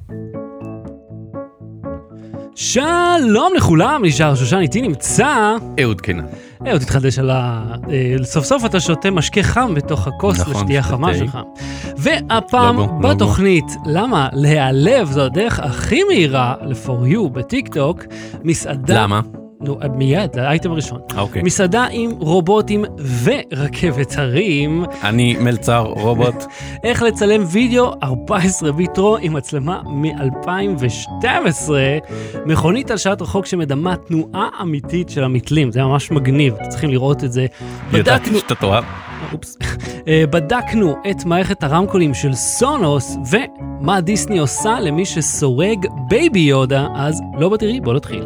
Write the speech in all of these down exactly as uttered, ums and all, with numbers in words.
שלום לכולם, נשאר שושן, איתי נמצא אהוד קינן. אהוד, תתחדש על ה... סוף סוף אתה שותה משקה חם בתוך הכוס לשתייה חמה שלך. והפעם בתוכנית, למה להיעלב זו הדרך הכי מהירה ל-פור יו בטיק טוק, מסעדה... למה? נו, מיד, זה האייטם הראשון. אוקיי. מסעדה עם רובוטים ורכבת הרים. אני מלצר רובוט. איך לצלם וידאו ארבע עשרה ביטרו עם מצלמה מ-אלפיים ושתים עשרה. מכונית על שעת רחוק שמדמה תנועה אמיתית של המתלים. זה ממש מגניב, אתם צריכים לראות את זה. ידעתי שאתה תואר. אופס. בדקנו את מערכת הרמקולים של סונוס, ומה דיסני עושה למי שסורג בייבי יודה, אז לא בתראי, בוא נתחיל.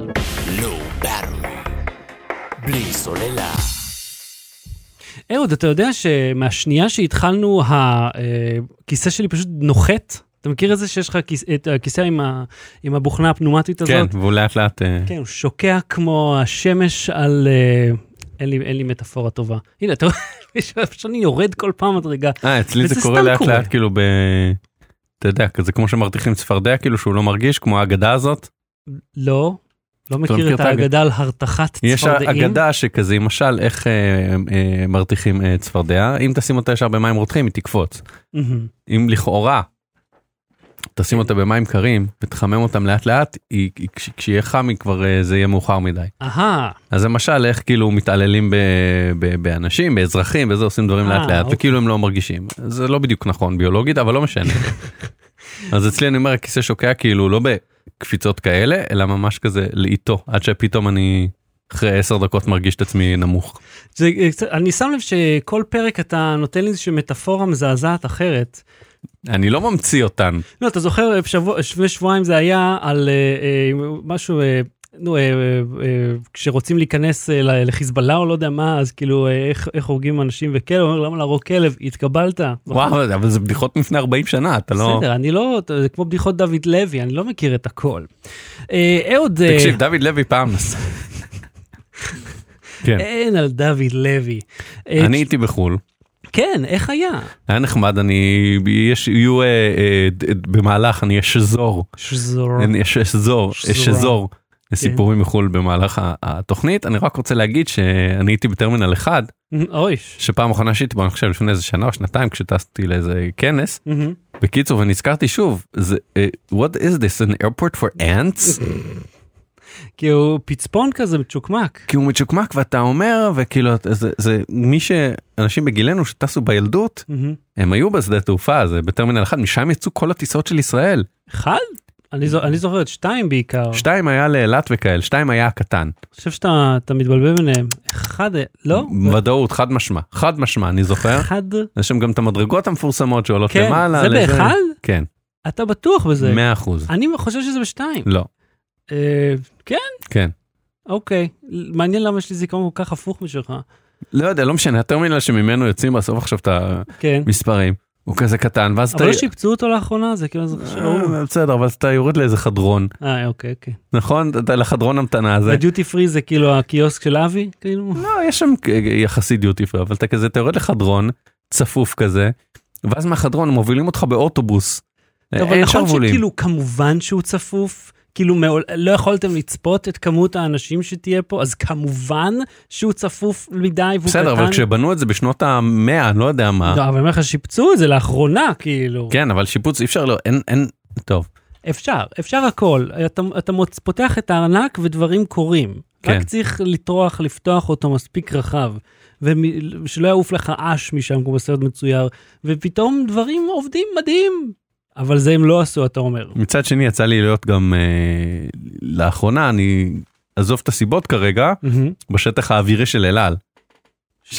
בלי סוללה. אהוד, אתה יודע שמהשנייה שהתחלנו, הכיסא שלי פשוט נוחת? אתה מכיר את זה שיש לך את הכיסא עם, ה, עם הבוכנה הפנומטית הזאת? כן, והוא לאט לאט... כן, הוא שוקע כמו השמש על... אין לי, אין לי מטאפורה טובה. הנה, אתה רואה, שאני יורד כל פעם מדרגה. אה, אצלי זה קורה לאט לאט, כאילו ב... אתה יודע, זה כמו שמרתיחים צפרדע, כאילו שהוא לא מרגיש, כמו האגדה הזאת. לא. לא מכיר את האגדה על הרתחת צפרדעים? יש אגדה שכזה, למשל, איך מרתיחים צפרדע, אם תשים אותה ישר במים רותחים, היא תקפוץ. אם לכאורה, תשים אותה במים קרים, ותחמם אותם לאט לאט, כשיהיה חם, כבר זה יהיה מאוחר מדי. אהה. אז למשל, איך כאילו מתעללים באנשים, באזרחים, וזה עושים דברים לאט לאט, וכאילו הם לא מרגישים. זה לא בדיוק נכון ביולוגית, אבל לא משנה. אז אצלי אני אומר, הכיסא שוקע כאילו לא ב... קפיצות כאלה, אלא ממש כזה לאיתו, עד שפתאום אני אחרי עשר דקות מרגיש את עצמי נמוך. זה, אני שם לב שכל פרק אתה נותן לי איזושהי מטאפורה מזעזעת אחרת. אני לא ממציא אותן. לא, אתה זוכר, שבוע, שבוע, שבועיים זה היה על אה, אה, משהו, אה, נו, אה, אה, כשרוצים להיכנס אה, לחיזבאללה או לא יודע מה, אז כאילו, אה, איך, איך הורגים אנשים וכלב, אומר, למה להרוג כלב? התקבלת. וואו, אבל זה בדיחות לפני ארבעים שנה, אתה לא... בסדר, אני לא, זה כמו בדיחות דוד לוי, אני לא מכיר את הכל. אה, אהוד... תקשיב, דוד לוי פעם נסע. כן. אין על דוד לוי. אני הייתי בחול. כן, איך היה? היה נחמד, אני, יש, יהיו, אה, אה, במהלך, אני אשזור. שזור. אני אשזור, אשזור. סיפורים מחול במהלך התוכנית. אני רק רוצה להגיד שאני הייתי בטרמינל אחד, אוי. שפעם אחרונה שהייתי בו, אני חושב לפני איזה שנה או שנתיים, כשטסתי לאיזה כנס, בקיצור, ונזכרתי שוב, what is this, an airport for ants? כי הוא פצפון כזה מצ'וקמק. כי הוא מצ'וקמק, ואתה אומר, וכאילו, זה מי שאנשים בגילנו שטסו בילדות, הם היו בשדה תעופה, זה בטרמינל אחד, משם יצאו כל הטיסות של ישראל. אחד? אני זוכר את שתיים בעיקר. שתיים היה לאילת וכאל, שתיים היה הקטן. אני חושב שאתה מתבלבל ביניהם. אחד, לא? ודאות, חד משמע. חד משמע, אני זוכר. אחד? יש שם גם את המדרגות המפורסמות שעולות למעלה. כן, זה באחד? כן. אתה בטוח בזה? מאה אחוז. אני חושב שזה בשתיים. לא. כן? כן. אוקיי. מעניין למה יש לי זיכרון כל כך הפוך משלך. לא יודע, לא משנה. הטרמינל שממנו יוצאים בסוף עכשיו את המספרים. הוא כזה קטן, ואז אתה... אבל לא שיפצו אותו לאחרונה, זה כאילו... בסדר, אבל אתה יורד לאיזה חדרון. אה, אוקיי, אוקיי. נכון? אתה לחדרון המתנה הזה. הדיוטי פרי זה כאילו הקיוסק של אבי, כאילו? לא, יש שם יחסי דיוטי פרי, אבל אתה כזה, אתה יורד לחדרון, צפוף כזה, ואז מהחדרון מובילים אותך באוטובוס. אבל נכון שכאילו, כמובן שהוא צפוף, כאילו לא יכולתם לצפות את כמות האנשים שתהיה פה, אז כמובן שהוא צפוף מדי. בסדר, אבל כשבנו את זה בשנות המאה, אני לא יודע מה. לא, אבל אני אומר לך, שיפצו את זה לאחרונה, כאילו. כן, אבל שיפוץ אי אפשר, לא, אין, אין, טוב. אפשר, אפשר הכל. אתה, אתה פותח את הארנק ודברים קורים. כן. רק צריך לטרוח, לפתוח אותו מספיק רחב, ושלא יעוף לך אש משם, כמו בסרט מצויר, ופתאום דברים עובדים מדהים. אבל זה הם לא עשו, אתה אומר. מצד שני, יצא לי להיות גם אה, לאחרונה, אני עזוב את הסיבות כרגע, mm-hmm. בשטח האווירי של אלעל. ש...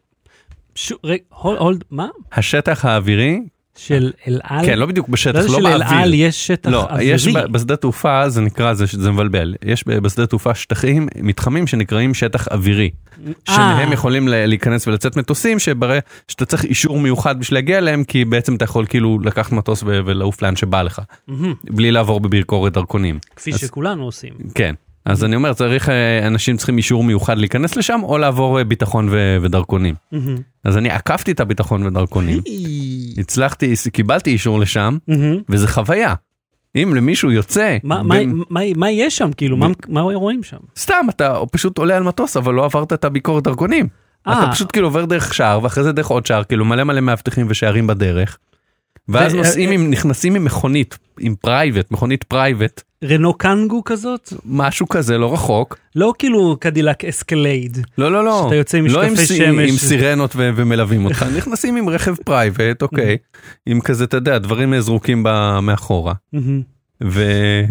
ש... רגע, הול, הולד, מה? השטח האווירי... של אלעל? כן, לא בדיוק בשטח, לא, לא של באוויר. אלעל יש שטח לא, אווירי. יש בשדה תעופה, זה נקרא, זה, זה מבלבל, יש בשדה תעופה שטחים, מתחמים שנקראים שטח אווירי, שמהם יכולים להיכנס ולצאת מטוסים, שברי שאתה צריך אישור מיוחד בשביל להגיע אליהם, כי בעצם אתה יכול כאילו לקחת מטוס ולעוף לאן שבא לך, בלי לעבור בביקורת דרכונים. כפי שכולנו עושים. כן. אז אני אומר, צריך, אנשים צריכים אישור מיוחד להיכנס לשם, או לעבור ביטחון ו- ודרכונים. אז אני עקפתי את הביטחון ודרכונים, הצלחתי, קיבלתי אישור לשם, וזה חוויה. אם למישהו יוצא... מה, מה, מה, מה יש שם, כאילו? מה, מה רואים שם? סתם, אתה פשוט עולה על מטוס, אבל לא עברת את הביקורת דרכונים. אתה פשוט כאילו עובר דרך שער, ואחרי זה דרך עוד שער, כאילו מלא מלא מאבטחים ושערים בדרך. ואז נוסעים, נכנסים עם מכונית, עם פרייבט, מכונית פרייבט. רנו קנגו כזאת? משהו כזה, לא רחוק. לא כאילו קדילק אסקלייד. לא, לא, לא. שאתה יוצא עם משקפי שמש. לא עם סירנות ומלווים אותך. נכנסים עם רכב פרייבט, אוקיי. עם כזה, אתה יודע, דברים זרוקים מאחורה. ו...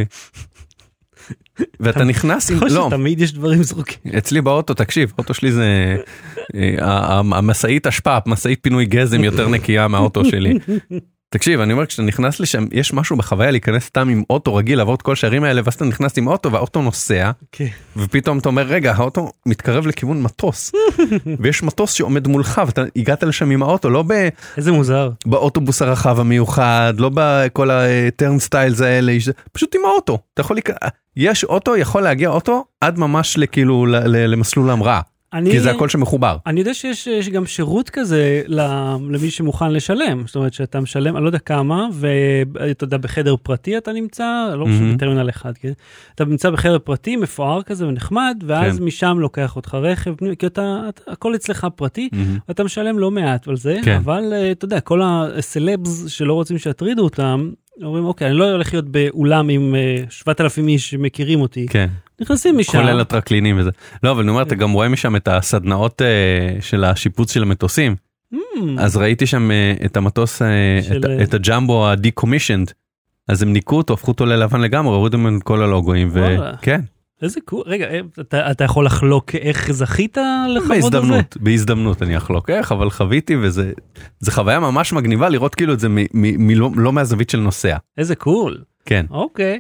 ואתה נכנס עם... לא. תמיד יש דברים זרוקים. אצלי באוטו, תקשיב, האוטו שלי זה... המסעית השפעה, מסעית פינוי גזם יותר נקייה מהאוטו שלי. תקשיב, אני אומר, כשאתה נכנס לשם, יש משהו בחוויה להיכנס סתם עם אוטו רגיל, לעבור את כל השערים האלה, ואז אתה נכנס עם אוטו, והאוטו נוסע, ופתאום אתה אומר, רגע, האוטו מתקרב לכיוון מטוס, ויש מטוס שעומד מולך, ואתה הגעת לשם עם האוטו, לא ב... איזה מוזר. באוטובוס הרחב המיוחד, לא בכל הטרנסטיילס האלה, פשוט עם האוטו. אתה יכול להיכנס... יש אוטו, יכול להגיע אוטו, עד ממש לכאילו, למסלול המראה. אני, כי זה הכל שמחובר. אני יודע שיש יש גם שירות כזה למי שמוכן לשלם. זאת אומרת שאתה משלם, אני לא יודע כמה, ואתה יודע, בחדר פרטי אתה נמצא, לא חושב בטרמינל אחד, כן? אתה נמצא בחדר פרטי, מפואר כזה ונחמד, ואז כן. משם לוקח אותך רכב, כי אתה, אתה, הכל אצלך פרטי, ואתה משלם לא מעט על זה, כן. אבל אתה יודע, כל הסלבס שלא רוצים שיטרידו אותם, אומרים, אוקיי, אני לא הולך להיות באולם עם שבעת אלפים איש שמכירים אותי. כן. נכנסים משם. כולל הטרקלינים וזה. לא, אבל אני אומר, אתה גם רואה משם את הסדנאות של השיפוץ של המטוסים. אז ראיתי שם את המטוס, את הג'מבו ה-decommissioned. אז הם ניקו אותו, הפכו אותו ללבן לגמרי, הורידו ממנו כל הלוגויים. וכן. איזה קול. רגע, אתה, אתה יכול לחלוק איך זכית לכבוד הזה? בהזדמנות, בהזדמנות אני אחלוק איך, אבל חוויתי וזה, זה חוויה ממש מגניבה לראות כאילו את זה מ, מ, מ, לא, לא מהזווית של נוסע. איזה קול. כן. אוקיי.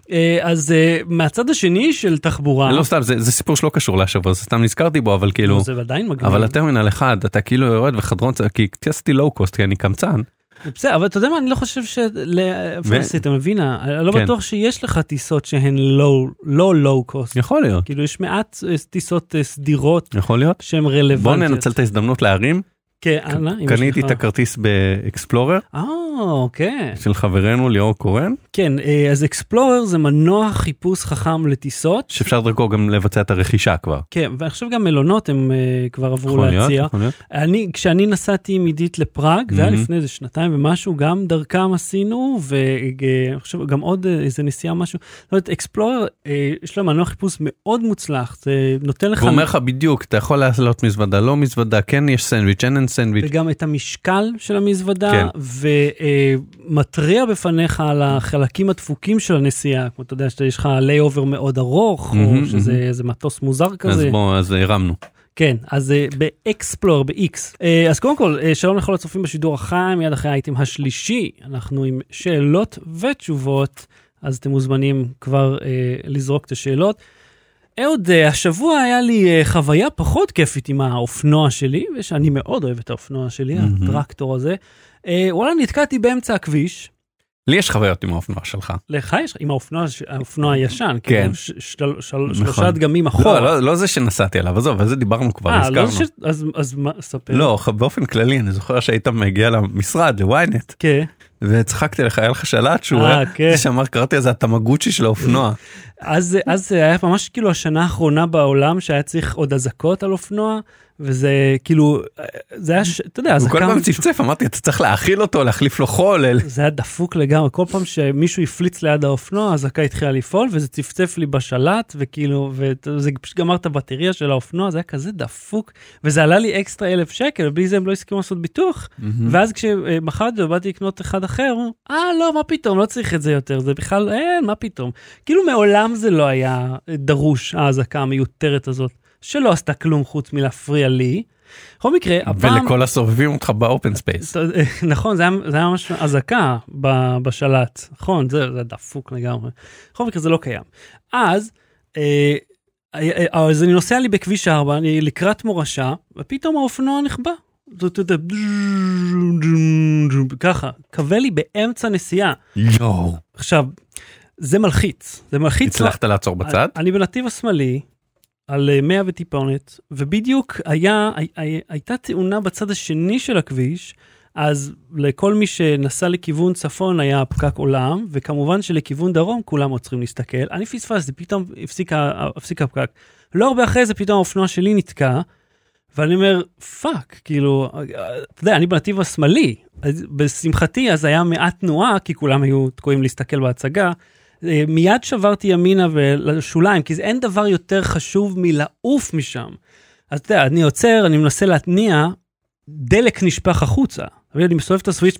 אז מהצד השני של תחבורה... לא סתם, זה, זה סיפור שלא קשור לשבוע, זה סתם נזכרתי בו, אבל כאילו... זה עדיין מגניב. אבל הטרמינל אחד, אתה כאילו יורד וחדרון, כי טסתי לואו-קוסט, כי אני קמצן. בסדר, אבל אתה יודע מה, אני לא חושב שלפרסית, אתה מבינה, אני לא בטוח שיש לך טיסות שהן לא לואו-קוסט. יכול להיות. כאילו יש מעט טיסות סדירות. יכול להיות. שהן רלוונטיות. בוא ננצל את ההזדמנות להרים. כן, אנא. קניתי את הכרטיס באקספלורר. אה, אוקיי. של חברנו ליאור קורן. כן, אז אקספלורר זה מנוע חיפוש חכם לטיסות. שאפשר דרכו גם לבצע את הרכישה כבר. כן, ועכשיו גם מלונות הם כבר עברו להציע. אני, כשאני נסעתי מידית לפראג, זה היה לפני איזה שנתיים ומשהו, גם דרכם עשינו, ועכשיו גם עוד איזה נסיעה משהו. זאת אומרת, אקספלורר, יש לו מנוע חיפוש מאוד מוצלח, זה נותן לך... הוא אומר לך בדיוק, אתה יכול לעלות מזוודה, לא מזוודה, כן יש סנדוויץ', אין סנדוויץ'. וגם את המשקל של המזוודה, כן. ומטריע בפניך על החלקים הדפוקים של הנסיעה, כמו אתה יודע, שיש לך לייאובר מאוד ארוך, mm-hmm, או שזה mm-hmm. איזה מטוס מוזר כזה. אז בוא, אז הרמנו. כן, אז באקספלור, ב-X. אז קודם כל, שלום לכל הצופים בשידור החי, מיד אחרי האייטם השלישי, אנחנו עם שאלות ותשובות, אז אתם מוזמנים כבר לזרוק את השאלות. עוד, השבוע היה לי חוויה פחות כיפית עם האופנוע שלי, ושאני מאוד אוהב את האופנוע שלי, mm-hmm. הטרקטור הזה. וואלה, נתקעתי באמצע הכביש. לי יש חוויות עם האופנוע שלך. לך יש, עם האופנוע, האופנוע הישן, כן. ש, של, של, שלושה דגמים אחורה. לא, לא, לא זה שנסעתי עליו, עזוב, על זה דיברנו כבר, הזכרנו. אה, לא ש... אז, אז מה, ספר. לא, באופן כללי, אני זוכר שהיית מגיע למשרד, לוויינט. כן. וצחקתי לך, היה לך שלט שהוא היה, זה שאמר, קראתי על זה התמגוצ'י של האופנוע. אז, אז היה ממש כאילו השנה האחרונה בעולם שהיה צריך עוד הזקות על אופנוע, וזה כאילו, זה היה, אתה יודע, הזקה... הוא כל פעם צפצף, אמרתי, אתה צריך להאכיל אותו, להחליף לו חול. זה היה דפוק לגמרי, כל פעם שמישהו יפליץ ליד האופנוע, הזקה התחילה לפעול, וזה צפצף לי בשלט, וכאילו, וזה פשוט גמר את הבטריה של האופנוע, זה היה כזה דפוק, וזה עלה לי אקסטרה אלף שקל, ובלי זה הם לא הסכימו לעשות ביטוח, ואז כשמחרתי ובאתי לקנות אחד אחר, אה, לא, מה פתאום, לא צריך את זה יותר, זה בכלל, אין, מה פתאום. כאילו מעולם זה לא היה דרוש, ההזקה המיותרת הזאת. שלא עשתה כלום חוץ מלהפריע לי. בכל מקרה, הפעם... ולכל הסובבים אותך באופן ספייס. נכון, זה היה, זה היה ממש הזקה בשלט. נכון, זה, זה דפוק לגמרי. בכל מקרה, זה לא קיים. אז, אה, אה, אז אני נוסע לי בכביש ארבע, אני לקראת מורשה, ופתאום האופנוע נחבא. ככה, קווה לי באמצע נסיעה. יואו. עכשיו, זה מלחיץ. זה מלחיץ. הצלחת לעצור בצד? אני בנתיב השמאלי, על מאה וטיפונת, ובדיוק היה, הי, הייתה תאונה בצד השני של הכביש, אז לכל מי שנסע לכיוון צפון היה פקק עולם, וכמובן שלכיוון דרום כולם עוד צריכים להסתכל. אני פספסתי, פתאום הפסיק, הפסיק הפקק. לא הרבה אחרי זה פתאום האופנוע שלי נתקע, ואני אומר, פאק, כאילו, אתה יודע, אני בנתיב השמאלי, אז בשמחתי אז היה מעט תנועה, כי כולם היו תקועים להסתכל בהצגה, מיד שברתי ימינה ולשוליים, כי אין דבר יותר חשוב מלעוף משם. אז אתה יודע, אני עוצר, אני מנסה להתניע, דלק נשפך החוצה. אני מסובב את הסוויץ',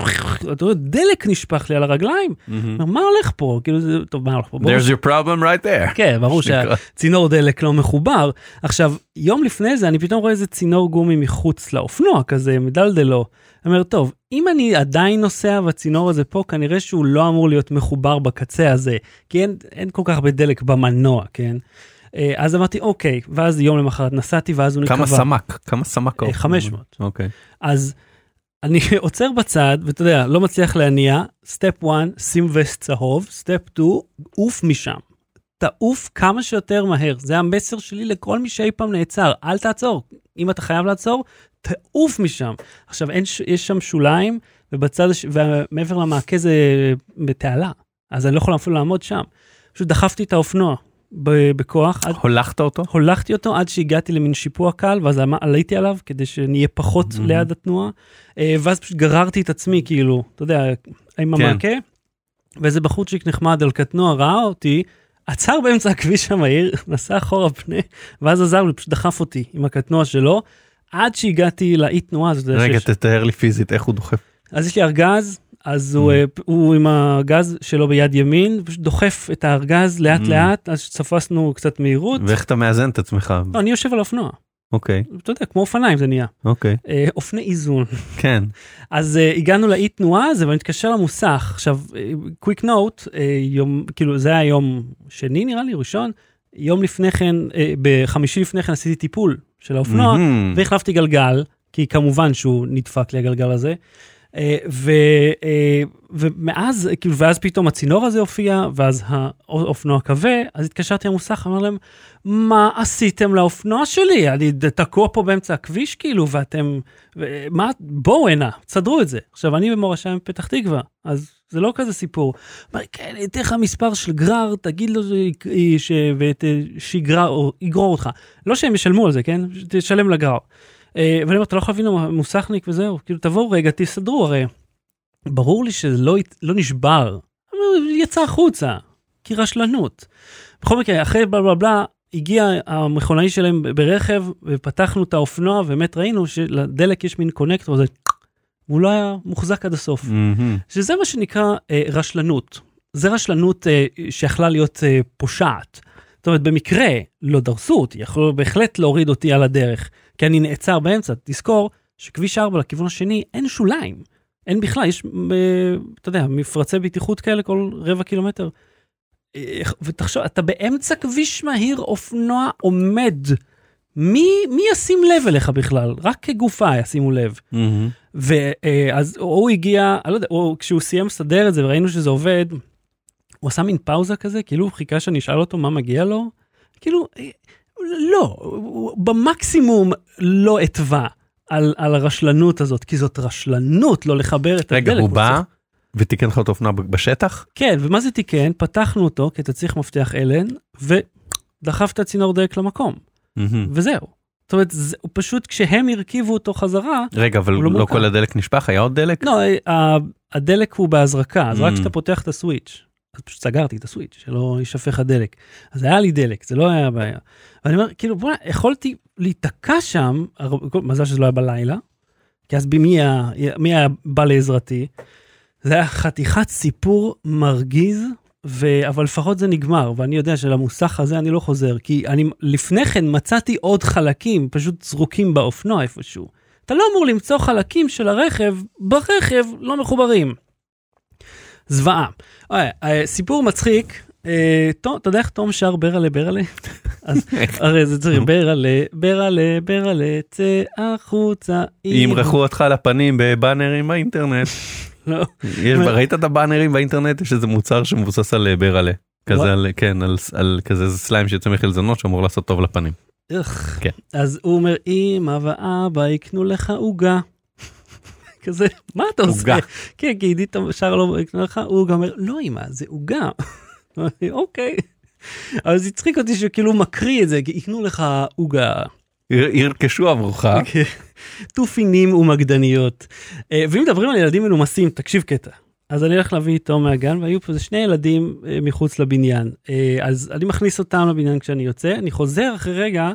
דלק נשפך לי על הרגליים. מה הולך פה? כאילו זה, טוב, מה הולך פה? There's your problem right there. כן, ברור שהצינור דלק לא מחובר. עכשיו, יום לפני זה, אני פתאום רואה איזה צינור גומי מחוץ לאופנוע, כזה מדלדלו. אני אומר, טוב, אם אני עדיין נוסע והצינור הזה פה, כנראה שהוא לא אמור להיות מחובר בקצה הזה, כי אין, אין כל כך הרבה דלק במנוע, כן? אז אמרתי, אוקיי, ואז יום למחרת נסעתי, ואז הוא נקבע. כמה סמק? כמה סמק? חמש מאות. אוקיי. אז אני עוצר בצד, ואתה יודע, לא מצליח להניע, סטפ אחת, שים וסט צהוב, סטפ שתיים, עוף משם. תעוף כמה שיותר מהר. זה המסר שלי לכל מי שאי פעם נעצר. אל תעצור. אם אתה חייב לעצור, תעוף משם. עכשיו, אין, יש שם שוליים, ובצד, ומעבר למעקה זה בתעלה. אז אני לא יכול אפילו לעמוד שם. פשוט דחפתי את האופנוע. בכוח. הולכת אותו? הולכתי אותו עד שהגעתי למין שיפוע קל, ואז עליתי עליו כדי שנהיה פחות ליד התנועה, ואז פשוט גררתי את עצמי, כאילו, אתה יודע, עם המעקה, ואיזה בחורצ'יק נחמד על קטנוע ראה אותי, עצר באמצע הכביש המהיר, נסע אחורה פנה, ואז עזר לי, פשוט דחף אותי עם הקטנוע שלו, עד שהגעתי לאי תנועה. רגע, תתאר לי פיזית, איך הוא דוחף? אז יש לי ארגז, אז הוא, הוא עם הגז שלו ביד ימין, פשוט דוחף את הארגז לאט לאט, אז שצפסנו קצת מהירות. ואיך אתה מאזן את עצמך? לא, אני יושב על אופנוע. אוקיי. אתה יודע, כמו אופניים זה נהיה. אוקיי. אופני איזון. כן. אז הגענו לאי תנועה הזה, ואני מתקשר למוסך. עכשיו, קוויק נוט, יום, כאילו זה היה יום שני נראה לי, ראשון, יום לפני כן, בחמישי לפני כן עשיתי טיפול של האופנוע, והחלפתי גלגל, כי כמובן שהוא נדפק לי הגלגל הזה, ו, ומאז, כאילו, ואז פתאום הצינור הזה הופיע, ואז האופנוע קווה, אז התקשרתי למוסך, אמר להם, מה עשיתם לאופנוע שלי? אני תקוע פה באמצע הכביש, כאילו, ואתם, מה, בואו הנה, תסדרו את זה. עכשיו, אני במורשה מפתח תקווה, אז זה לא כזה סיפור. אמר, כן, אתן לך מספר של גרר, תגיד לו שיגרור אותך. לא שהם ישלמו על זה, כן? תשלם לגרר. ואני אומר, אתה לא יכול להבין מוסכניק וזהו, כאילו תבואו רגע, תסדרו, הרי ברור לי שזה לא, לא נשבר, יצא החוצה, כי רשלנות. בכל מקרה, אחרי בלה בלה בלה, הגיע המכונאי שלהם ברכב, ופתחנו את האופנוע, ובאמת ראינו שלדלק יש מין קונקטור, זה, והוא לא היה מוחזק עד הסוף. Mm-hmm. שזה מה שנקרא אה, רשלנות. זה רשלנות אה, שיכלה להיות אה, פושעת. זאת אומרת, במקרה לא דרסו אותי, יכלו בהחלט להוריד אותי על הדרך, כי אני נעצר באמצע. תזכור שכביש ארבע לכיוון השני אין שוליים, אין בכלל, יש, אתה יודע, מפרצי בטיחות כאלה כל רבע קילומטר. ותחשוב, אתה באמצע כביש מהיר, אופנוע עומד, מי, מי ישים לב אליך בכלל? רק כגופה ישימו לב. Mm-hmm. ואז הוא הגיע, אני לא יודע, הוא, כשהוא סיים לסדר את זה וראינו שזה עובד, הוא עשה מין פאוזה כזה, כאילו הוא חיכה שאני אשאל אותו מה מגיע לו, כאילו, לא, במקסימום לא אתווה על, על הרשלנות הזאת, כי זאת רשלנות, לא לחבר את הדלק. רגע, הוא בא ותיקן לך את האופנוע בשטח? כן, ומה זה תיקן? פתחנו אותו, כי אתה צריך מפתח אלן, ודחף את הצינור דלק למקום. וזהו. זאת אומרת, זה, פשוט כשהם הרכיבו אותו חזרה, רגע, אבל לא, לא כל הדלק נשפך, היה עוד דלק? לא, הדלק הוא בהזרקה, אז רק כשאתה פותח את הסוויץ', אז פשוט סגרתי את הסוויץ', שלא ישפך הדלק. אז היה לי דלק, זה לא היה בעיה. ואני אומר, כאילו, בוא, יכולתי להתקע שם, מזל שזה לא היה בלילה, כי אז מי היה, מי היה בא לעזרתי, זה היה חתיכת סיפור מרגיז, ו... אבל לפחות זה נגמר, ואני יודע שלמוסך הזה אני לא חוזר, כי אני לפני כן מצאתי עוד חלקים, פשוט זרוקים באופנוע איפשהו. אתה לא אמור למצוא חלקים של הרכב, ברכב לא מחוברים. זוועה. סיפור מצחיק, אתה יודע איך תום שר ברלה ברלה? אז הרי זה צריך ברלה ברלה ברלה צא החוצה. ימרחו אותך לפנים בבאנרים באינטרנט. לא. ראית את הבאנרים באינטרנט? יש איזה מוצר שמבוסס על ברלה. כזה על, כן, על כזה סליים שיוצא מחלזונות שאמור לעשות טוב לפנים. אז הוא אומר, אמא ואבא יקנו לך עוגה. כזה, מה אתה עושה? כן, כי עידית שר לו, הוא גם אומר, לא אמא, זה עוגה. אוקיי. אבל זה הצחיק אותי שכאילו מקריא את זה, כי יקנו לך עוגה. ירכשו עבורך. תופינים ומגדניות. ואם מדברים על ילדים מנומסים, תקשיב קטע. אז אני הולך להביא איתו מהגן, והיו פה שני ילדים מחוץ לבניין. אז אני מכניס אותם לבניין כשאני יוצא, אני חוזר אחרי רגע,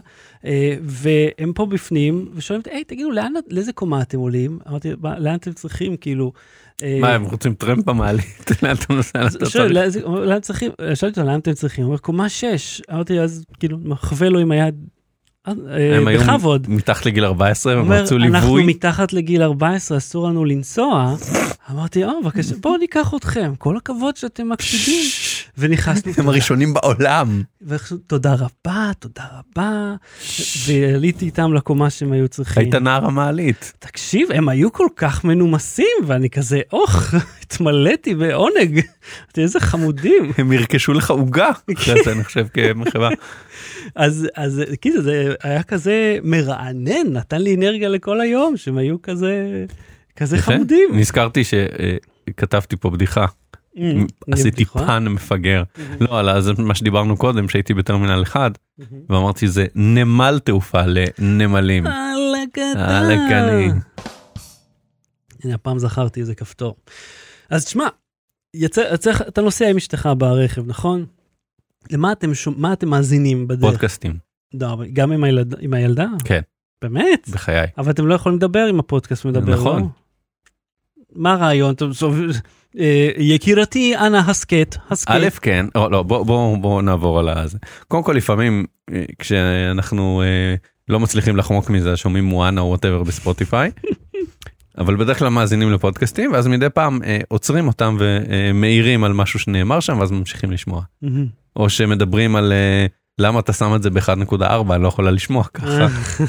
והם פה בפנים, ושואלים, היי, תגידו, לאיזה קומה אתם עולים? אמרתי, לאן אתם צריכים, כאילו... מה, הם רוצים טרמפ במעלית? לאן אתה נוסע? לאן צריכים? שאלתי אותו, לאן אתם צריכים? הוא אומר, קומה שש. אמרתי, אז כאילו, מחווה לו עם היד, הם היו מתחת לגיל ארבע עשרה, הם רצו ליווי. אנחנו מתחת לגיל ארבע עשרה, אסור לנו לנסוע. אמרתי, אה, בבקשה, בואו ניקח אתכם, כל הכבוד שאתם מקשיבים. ונכנסנו. הם הראשונים בעולם. תודה רבה, תודה רבה. ועליתי איתם לקומה שהם היו צריכים. היית נער המעלית. תקשיב, הם היו כל כך מנומסים, ואני כזה, אוח, התמלאתי בעונג. איזה חמודים. הם ירכשו לך עוגה. זה אני חושב כמחווה. אז, אז כאילו זה היה כזה מרענן, נתן לי אנרגיה לכל היום, שהם היו כזה, כזה חמודים. נזכרתי שכתבתי פה בדיחה, עשיתי פן מפגר. לא, על זה מה שדיברנו קודם, שהייתי בטרמינל אחד, ואמרתי זה נמל תעופה לנמלים. על הקטן. על הקני. הנה, הפעם זכרתי איזה כפתור. אז תשמע, אתה נוסע עם אשתך ברכב, נכון? למה אתם, מה אתם מאזינים בדרך? פודקאסטים. גם עם, הילד, עם הילדה? כן. באמת? בחיי. אבל אתם לא יכולים לדבר עם הפודקאסט מדבר, נכון. לא? מה הרעיון? יקירתי, אנא הסקט, הסקט. א', כן. לא, בוא, בוא, בוא נעבור על זה. קודם כל, לפעמים, כשאנחנו לא מצליחים לחמוק מזה, שומעים מואנה או whatever בספוטיפיי, אבל בדרך כלל מאזינים לפודקאסטים, ואז מדי פעם אה, עוצרים אותם ומאירים על משהו שנאמר שם, ואז ממשיכים לשמוע. או שמדברים על אה, למה אתה שם את זה ב-אחת נקודה ארבע, אני לא יכולה לשמוע ככה.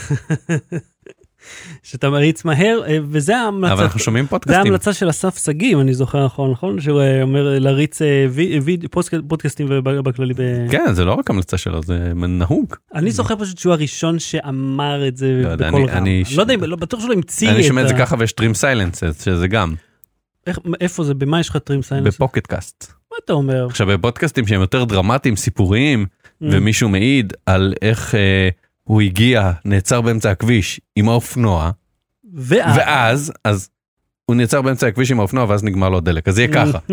שאתה מריץ מהר, וזה ההמלצה. אבל אנחנו שומעים פודקאסטים. זה ההמלצה של אסף סגי, אם אני זוכר נכון, נכון? שהוא אומר להריץ פודקאסטים בכללי. כן, זה לא רק המלצה שלו, זה נהוג. אני זוכר פשוט שהוא הראשון שאמר את זה בכל רם. לא יודע, בטוח שלא המציא את ה... אני שומע את זה ככה ויש טרים סיילנס, שזה גם. איפה זה? במה יש לך טרים סיילנס? בפוקט קאסט. מה אתה אומר? עכשיו, בפודקאסטים שהם יותר דרמטיים, סיפוריים, ומישהו מעיד על איך... הוא הגיע, נעצר באמצע הכביש עם האופנוע, ואז, ואז אז הוא נעצר באמצע הכביש עם האופנוע, ואז נגמר לו הדלק, אז יהיה ככה.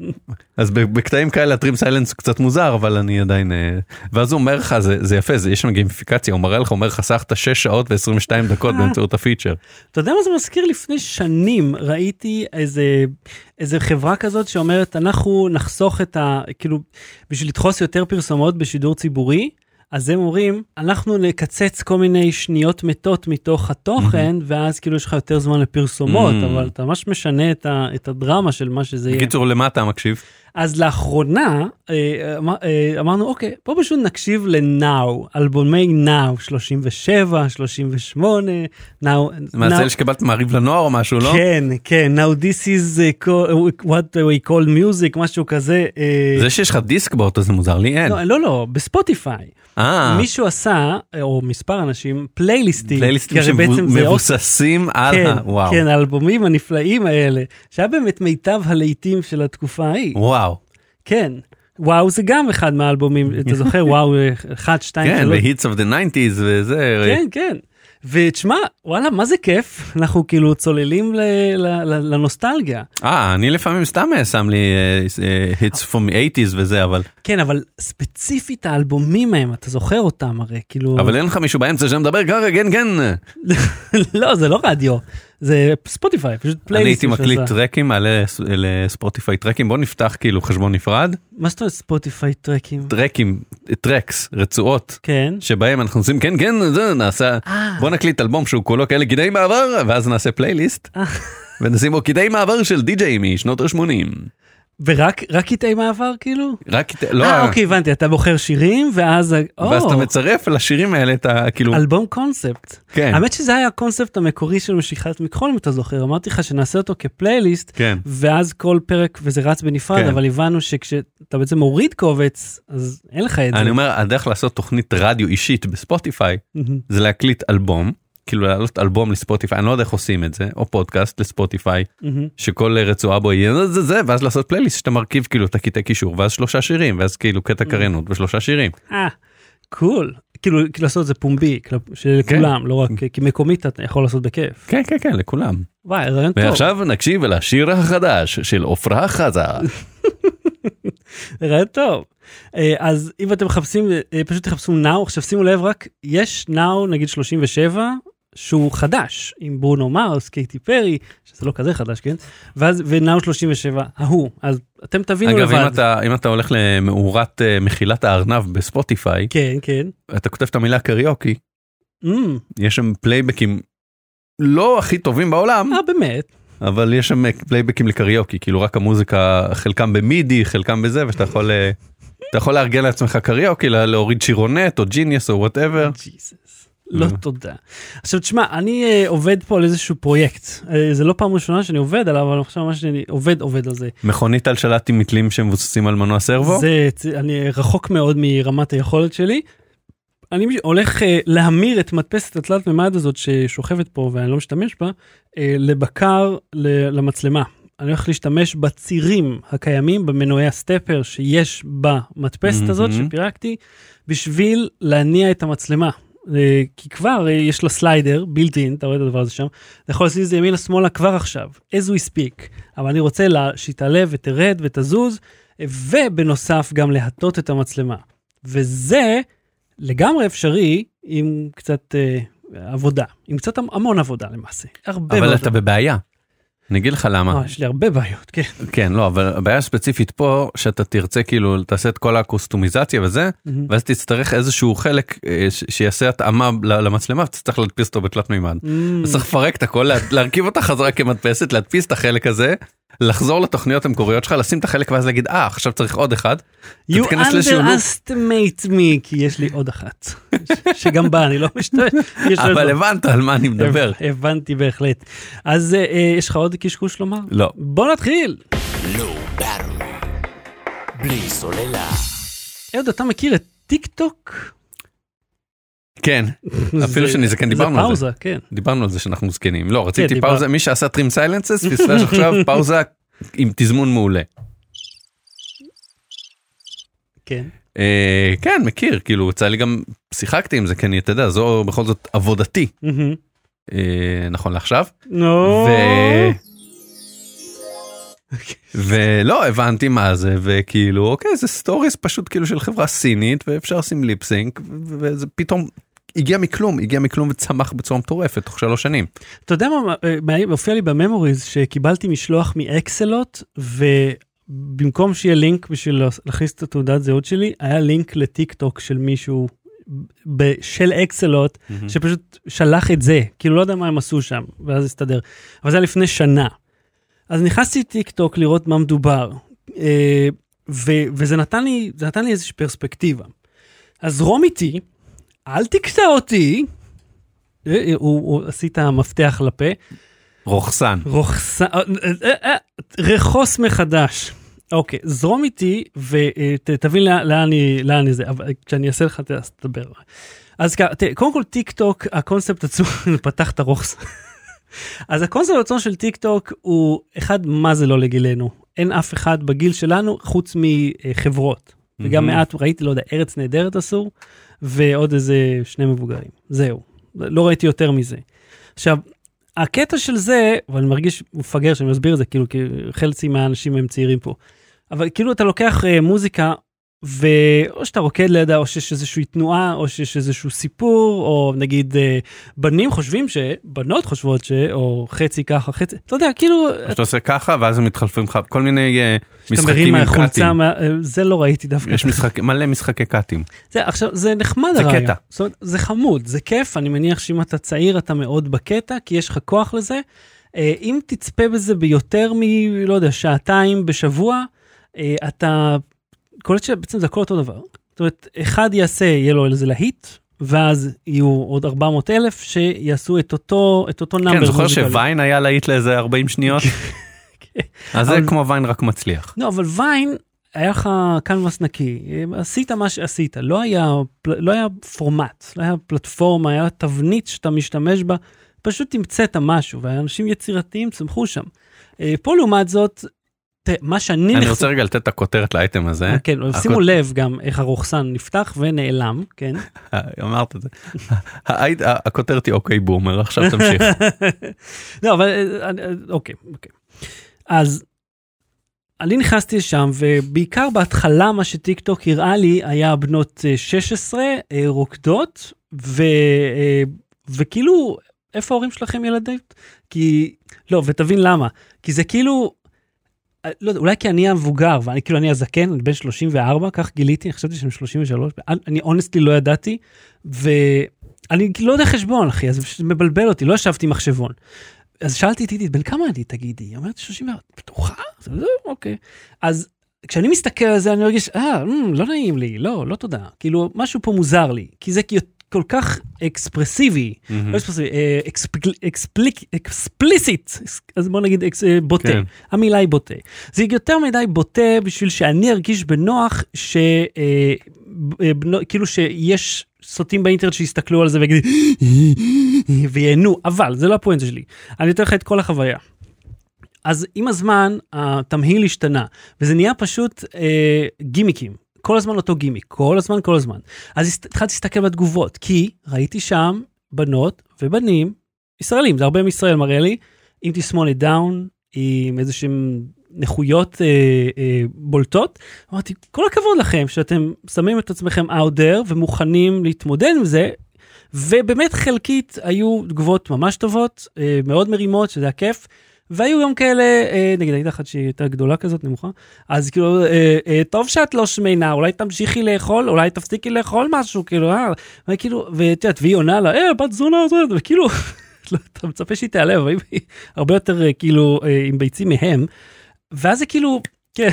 אז בקטעים כאלה, הטרים סיילנס הוא קצת מוזר, אבל אני עדיין... ואז הוא אומר לך, זה, זה יפה, זה, יש שם גימיפיקציה, הוא מראה לך, הוא אומר, חסכת שש שעות ו-עשרים ושתיים דקות באמצעות הפיצ'ר. אתה יודע מה זה מזכיר? לפני שנים ראיתי איזה, איזה חברה כזאת שאומרת, אנחנו נחסוך את ה... כאילו, בשביל לדחוס יותר פרסומות בשידור ציבורי, אז הם אומרים, אנחנו נקצץ כל מיני שניות מתות מתוך התוכן, ואז כאילו יש לך יותר זמן לפרסומות, אבל אתה ממש משנה את, ה, את הדרמה של מה שזה יהיה. בקיצור, למה אתה מקשיב? אז לאחרונה, אמרנו, אוקיי, פה פשוט נקשיב ל-Now, אלבומי Now, שלושים ושבע, שלושים ושמונה, Now... מה, זה שקיבלת מעריב לנוער או משהו, לא? כן, כן, Now this is what we call music, משהו כזה. זה שיש לך דיסק באוטו, זה מוזר לי, אין. לא, לא, בספוטיפיי. מישהו עשה, או מספר אנשים, פלייליסטים. פלייליסטים שמבוססים על ה... וואו. כן, האלבומים הנפלאים האלה, שהיה באמת מיטב הלהיטים של התקופה ההיא. וואו. כן. וואו זה גם אחד מהאלבומים, אתה זוכר, וואו, אחד, שתיים, כן, ב-Hits of the nineties וזה. כן, כן. ותשמע, וואלה, מה זה כיף? אנחנו כאילו צוללים לנוסטלגיה. אה, אני לפעמים סתם שם לי Hits from eighties וזה, אבל... כן, אבל ספציפית האלבומים מהם, אתה זוכר אותם הרי, כאילו... אבל אין לך מישהו באמצע שמדבר ככה, כן, כן. לא, זה לא רדיו. זה ספוטיפיי, פשוט פלייליסט. אני הייתי מקליט טרקים, מעלה לספוטיפיי טרקים, בוא נפתח כאילו חשבון נפרד. מה זאת אומרת ספוטיפיי טרקים? טרקים, טרקס, רצועות. כן. שבהם אנחנו עושים, כן, כן, זה נעשה, בוא נקליט אלבום שהוא כולו כאלה קטעי מעבר, ואז נעשה פלייליסט, ונשים בו קטעי מעבר של די-ג'יי משנות ה-שמונים. ורק רק קטעי מעבר כאילו? רק קטעי, לא. אה, אוקיי, הבנתי, אתה בוחר שירים, ואז... ואז אתה מצרף לשירים האלה את ה... כאילו... אלבום קונספט. כן. האמת שזה היה הקונספט המקורי של משיכת מכחול, אם אתה זוכר. אמרתי לך שנעשה אותו כפלייליסט, כן. ואז כל פרק, וזה רץ בנפרד, אבל הבנו שכשאתה בעצם מוריד קובץ, אז אין לך את זה. אני אומר, הדרך לעשות תוכנית רדיו אישית בספוטיפיי, זה להקליט אלבום, כאילו לעלות אלבום לספוטיפיי, אני לא יודע איך עושים את זה, או פודקאסט לספוטיפיי, שכל רצועה בו יהיה זה זה, ואז לעשות פלייליסט שאתה מרכיב כאילו את הקטעי קישור, ואז שלושה שירים, ואז כאילו קטע קריינות ושלושה שירים. אה, קול. כאילו לעשות את זה פומבי, לכולם, לא רק כי מקומית אתה יכול לעשות בכיף. כן, כן, כן, לכולם. וואי, רעיון טוב. ועכשיו נקשיב על השיר החדש של עופרה חזה. רעיון טוב. אז אם אתם מחפשים, פשוט תחפשו נאו, עכשיו שימו לב רק, יש נאו נגיד שלושים ושבע, שהוא חדש, עם ברונו מרס, קייטי פרי, שזה לא כזה חדש, כן? ואז, ונאו שלושים ושבע, ההוא, אז אתם תבינו לבד. אגב, אם אתה, אם אתה הולך למאורת מחילת הארנב בספוטיפיי, כן, כן. אתה כותב את המילה קריוקי, mm. יש שם פלייבקים לא הכי טובים בעולם. אה, באמת. אבל יש שם פלייבקים לקריוקי, כאילו רק המוזיקה, חלקם במידי, חלקם בזה, ושאתה יכול, אתה יכול לארגן לעצמך קריוקי, להוריד שירונט, או ג'יניוס, או וואטאבר. ג'יסוס. לא תודה. עכשיו תשמע, אני עובד פה על איזשהו פרויקט, זה לא פעם ראשונה שאני עובד עליו, אבל עכשיו ממש אני עובד עובד על זה. מכונית על שלט עם מתלים שמבוססים על מנוע סרבו? זה, אני רחוק מאוד מרמת היכולת שלי, אני הולך להמיר את מדפסת התלת ממד הזאת ששוכבת פה ואני לא משתמש בה, לבקר למצלמה. אני הולך להשתמש בצירים הקיימים, במנועי הסטפר שיש במדפסת הזאת שפירקתי, בשביל להניע את המצלמה. כי כבר יש לה סליידר, בילט-אין, אתה רואה את הדבר הזה שם, אתה יכול לעשות את זה ימינה שמאלה כבר עכשיו, as we speak, אבל אני רוצה שתעלה ותרד ותזוז, ובנוסף גם להטות את המצלמה. וזה לגמרי אפשרי עם קצת אה, עבודה, עם קצת המון עבודה למעשה. הרבה אבל מאוד. אתה בבעיה. אני אגיד לך למה. אה, יש לי הרבה בעיות, כן. כן, לא, אבל הבעיה הספציפית פה, שאתה תרצה כאילו, תעשה את כל הקוסטומיזציה וזה, mm-hmm. ואז תצטרך איזשהו חלק ש- שיעשה התאמה למצלמה, ותצטרך להדפיס אותו בתלת מימד. Mm-hmm. אז צריך לפרק את הכל, לה- להרכיב אותה חזרה כמדפסת, להדפיס את החלק הזה, לחזור לתוכניות המקוריות שלך, לשים את החלק ואז להגיד, אה, עכשיו צריך עוד אחד. You underestimate me, כי יש לי עוד אחת. שגם בה, אני לא משתמש. אבל הבנת על מה אני מדבר. הבנתי בהחלט. אז יש לך עוד קשקוש לומר? לא. בוא נתחיל. לא ברור. בלי סוללה. אהוד, אתה מכיר את טיק טוק? כן, אפילו שאני זה כן דיברנו על זה. זה פאוזה, כן. דיברנו על זה שאנחנו זקנים. לא, רציתי פאוזה, מי שעשה טרים סיילנסס, פספס עכשיו פאוזה עם תזמון מעולה. כן. כן, מכיר, כאילו, יצא לי גם, שיחקתי עם זה, כי אני, אתה יודע, זו בכל זאת עבודתי. נכון לעכשיו. נו. ולא, הבנתי מה זה, וכאילו, אוקיי, זה סטוריס פשוט כאילו של חברה סינית, ואפשר לשים ליפסינק, וזה פתאום הגיע מכלום, הגיע מכלום וצמח בצורה מטורפת, תוך שלוש שנים. אתה יודע מה, מופיע לי בממוריז, שקיבלתי משלוח מאקסלוט, ובמקום שיהיה לינק בשביל להכניס את התעודת זהות שלי, היה לינק לטיק טוק של מישהו, של אקסלוט, שפשוט שלח את זה, כאילו לא יודע מה הם עשו שם, ואז הסתדר. אבל זה היה לפני שנה. אז נכנסתי טיק טוק לראות מה מדובר, ו- וזה נתן לי, זה נתן לי איזושהי פרספקטיבה. אז רום איתי, אל תקטע אותי, הוא, הוא עשית המפתח לפה. רוחסן. רוחסן, רחוס מחדש. אוקיי, זרום איתי ותבין לאן אני זה, אבל כשאני אעשה לך תדבר. אז קודם כל טיק טוק, הקונספט עצמו, פתח את הרוחסן. אז הקונספט עצמו של טיק טוק הוא אחד, מה זה לא לגילנו. אין אף אחד בגיל שלנו חוץ מחברות. וגם מעט ראיתי, לא יודע, ארץ נהדרת אסור, ועוד איזה שני מבוגרים. זהו. לא ראיתי יותר מזה. עכשיו, הקטע של זה, אבל אני מרגיש מפגר שאני מסביר את זה, כאילו, כי חלצי מהאנשים הם צעירים פה. אבל כאילו אתה לוקח uh, מוזיקה, ואו שאתה רוקד לידה, או שיש איזושהי תנועה, או שיש איזשהו סיפור, או נגיד uh, בנים חושבים שבנות חושבות ש... או חצי ככה, חצי, אתה יודע, כאילו... שאתה עושה ככה, ואז הם מתחלפים לך, כל מיני uh, משחקים עם קאטים. מה, זה לא ראיתי דווקא. יש משחק, מלא משחקי קאטים. זה, עכשיו, זה נחמד זה הרעיון. קטע. זאת אומרת, זה חמוד, זה כיף, אני מניח שאם אתה צעיר, אתה מאוד בקטע, כי יש לך כוח לזה. Uh, אם תצפה בזה ביותר מ... לא יודע, שעתיים בשבוע, uh, אתה... קולט שבעצם זה הכל אותו דבר. זאת אומרת, אחד יעשה, יהיה לו איזה להיט, ואז יהיו עוד ארבע מאות אלף שיעשו את אותו, את אותו נאמבר. כן, זוכר שוויין היה להיט לאיזה ארבעים שניות? אז זה כמו ויין רק מצליח. לא, אבל ויין היה לך קנבס נקי, עשית מה שעשית, לא היה, לא היה פורמט, לא היה פלטפורמה, היה תבנית שאתה משתמש בה, פשוט תמצאת משהו, והאנשים יצירתיים צמחו שם. פה לעומת זאת, מה שאני... אני רוצה רגע לתת את הכותרת לאייטם הזה. כן, שימו לב גם איך הרוחסן נפתח ונעלם, כן? אמרת את זה. הכותרת היא אוקיי בומר, עכשיו תמשיך. לא, אבל אוקיי, אוקיי. אז אני נכנסתי שם, ובעיקר בהתחלה מה שטיק טוק הראה לי, היה בנות שש עשרה רוקדות, וכאילו, איפה ההורים שלכם ילדים? כי, לא, ותבין למה. כי זה כאילו, לא, אולי כי אני המבוגר, ואני כאילו אני הזקן, אני בן שלושים וארבע, כך גיליתי, אני חשבתי שאני שלושים ושלוש, אני אונסטלי לא ידעתי, ואני לא יודע חשבון, אחי, אז זה פשוט מבלבל אותי, לא ישבתי מחשבון. אז שאלתי את עידית, בן כמה אני, תגידי? היא אומרת שלושים וארבע, פתוחה? אוקיי. אז כשאני מסתכל על זה, אני מרגיש, אה, לא נעים לי, לא, לא תודה. כאילו, משהו פה מוזר לי, כי זה כל כך אקספרסיבי, לא אקספרסיבי, אקספליסיט, אז בוא נגיד בוטה. המילה היא בוטה. זה יותר מדי בוטה בשביל שאני ארגיש בנוח, כאילו שיש סוטים באינטרנט שיסתכלו על זה ויגידו, וייהנו, אבל זה לא הפואנטה שלי. אני אתן לך את כל החוויה. אז עם הזמן, התמהיל השתנה, וזה נהיה פשוט אה, גימיקים. כל הזמן אותו גימיק, כל הזמן, כל הזמן. אז התחלתי להסתכל בתגובות, כי ראיתי שם בנות ובנים, ישראלים, זה הרבה מישראל מראה לי, עם תסמונת דאון, עם איזשהם נכויות אה, אה, בולטות, אמרתי, כל הכבוד לכם, שאתם שמים את עצמכם out there, ומוכנים להתמודד עם זה, ובאמת חלקית היו תגובות ממש טובות, אה, מאוד מרימות, שזה הכיף, והיו גם כאלה, אה, נגיד, הייתה אחת שהיא יותר גדולה כזאת, נמוכה, אז כאילו, אה, אה, טוב שאת לא שמינה, אולי תמשיכי לאכול, אולי תפסיקי לאכול משהו, כאילו, אה, וכאילו, ותראה, והיא עונה לה, אה, בת זונה הזאת, וכאילו, לא, אתה מצפה שהיא תעלה, אבל היא הרבה יותר, אה, כאילו, אה, עם ביצים מהם, ואז זה כאילו, כן,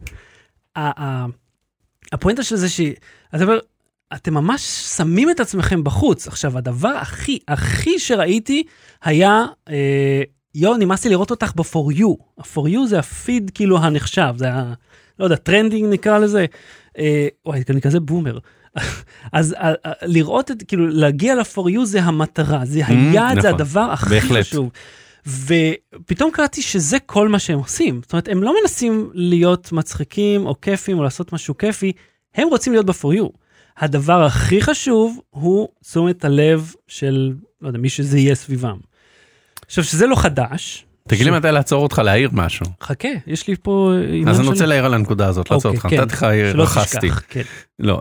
הפואנטה של זה שהיא, אתה אומר, אתם ממש שמים את עצמכם בחוץ. עכשיו, הדבר הכי, הכי שראיתי היה, אה, יו, נמאס לי לראות אותך ב-for you. ה-for you זה הפיד כאילו הנחשב, זה ה, לא יודע, טרנדינג נקרא לזה. אה, וואי, אני כזה בומר. אז אה, אה, לראות את, כאילו, להגיע ל-for you זה המטרה, זה היעד, זה הדבר הכי חשוב. ופתאום קראתי שזה כל מה שהם עושים. זאת אומרת, הם לא מנסים להיות מצחיקים או כיפים או לעשות משהו כיפי, הם רוצים להיות ב-for you. הדבר הכי חשוב הוא תשומת הלב של, לא יודע, מי שזה יהיה סביבם. עכשיו, שזה לא חדש. תגיד לי מתי לעצור אותך להעיר משהו. חכה, יש לי פה... אז אני רוצה להעיר על הנקודה הזאת, לעצור אותך. נתתי לך רחסתי. לא,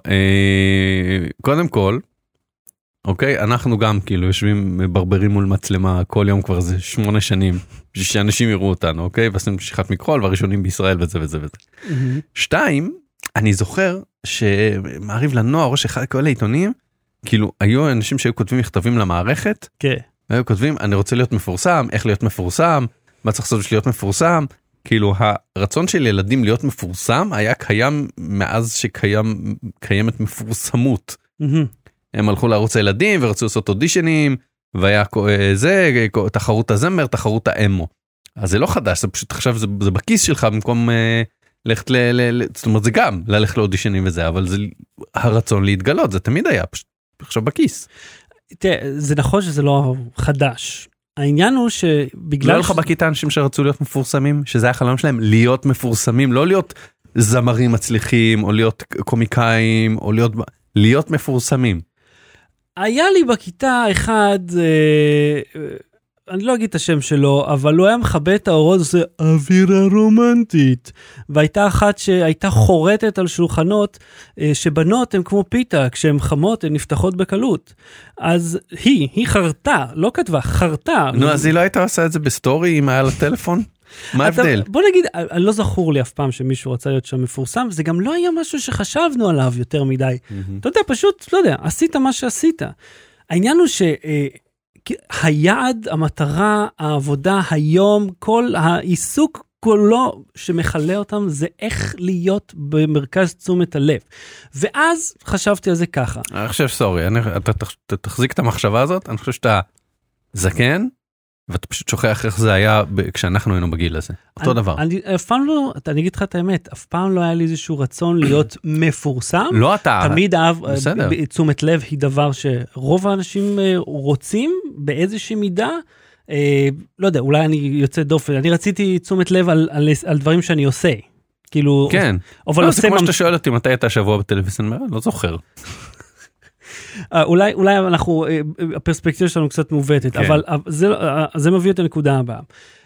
קודם כל, אוקיי, אנחנו גם כאילו יושבים ברברים מול מצלמה כל יום כבר זה שמונה שנים, בשביל שאנשים יראו אותנו, אוקיי? ועשינו משיכת מקרול והראשונים בישראל וזה וזה וזה. שתיים, אני זוכר שמעריב לנוער או שאחד כאלה עיתונים, כאילו היו אנשים שהיו כותבים מכתבים למערכת, כן. היו כותבים, אני רוצה להיות מפורסם, איך להיות מפורסם, מה צריך לעשות בשביל להיות מפורסם, כאילו הרצון של ילדים להיות מפורסם היה קיים מאז שקיימת מפורסמות. הם הלכו לערוץ הילדים ורצו לעשות אודישנים, והיה זה, תחרות הזמר, תחרות האמו. אז זה לא חדש, זה פשוט עכשיו, זה, זה בכיס שלך במקום אה, ללכת ל... ל, ל זאת אומרת, זה גם ללכת לאודישנים וזה, אבל זה הרצון להתגלות, זה תמיד היה, פשוט עכשיו בכיס. תראה, זה נכון שזה לא חדש. העניין הוא שבגלל... לא לך בכיתה אנשים שרצו להיות מפורסמים, שזה היה חלום שלהם, להיות מפורסמים, לא להיות זמרים מצליחים, או להיות קומיקאים, או להיות... להיות מפורסמים. היה לי בכיתה אחד, אה, אני לא אגיד את השם שלו, אבל הוא היה מכבה את האורות, זה אווירה רומנטית. והייתה אחת שהייתה חורטת על שולחנות, אה, שבנות הן כמו פיתה, כשהן חמות הן נפתחות בקלות. אז היא, היא חרטה, לא כתבה, חרטה. נו, אז היא לא הייתה עושה את זה בסטורי, אם היה לטלפון? מה ההבדל? בוא נגיד, אני לא זכור לי אף פעם שמישהו רצה להיות שם מפורסם, זה גם לא היה משהו שחשבנו עליו יותר מדי. אתה יודע, פשוט, לא יודע, עשית מה שעשית. העניין הוא שהיעד, המטרה, העבודה, היום, כל העיסוק כולו שמחלה אותם, זה איך להיות במרכז תשומת הלב. ואז חשבתי על זה ככה. אני חושב, סורי, אתה תחזיק את המחשבה הזאת, אני חושב שאתה זקן, ואתה פשוט שוכח איך זה היה כשאנחנו היינו בגיל הזה. אותו דבר. אני אף פעם לא, אני אגיד לך את האמת, אף פעם לא היה לי איזשהו רצון להיות מפורסם. לא אתה. תמיד אהב, תשומת לב היא דבר שרוב האנשים רוצים באיזושהי מידה, לא יודע, אולי אני יוצא דופן, אני רציתי תשומת לב על דברים שאני עושה. כאילו, כן. אבל זה כמו שאתה שואל אותי מתי אתה שבוע בטלוויזיה, לא זוכר. אולי, אולי אנחנו, הפרספקטיבה שלנו קצת מובטת, אבל זה, זה מביא את הנקודה הבאה.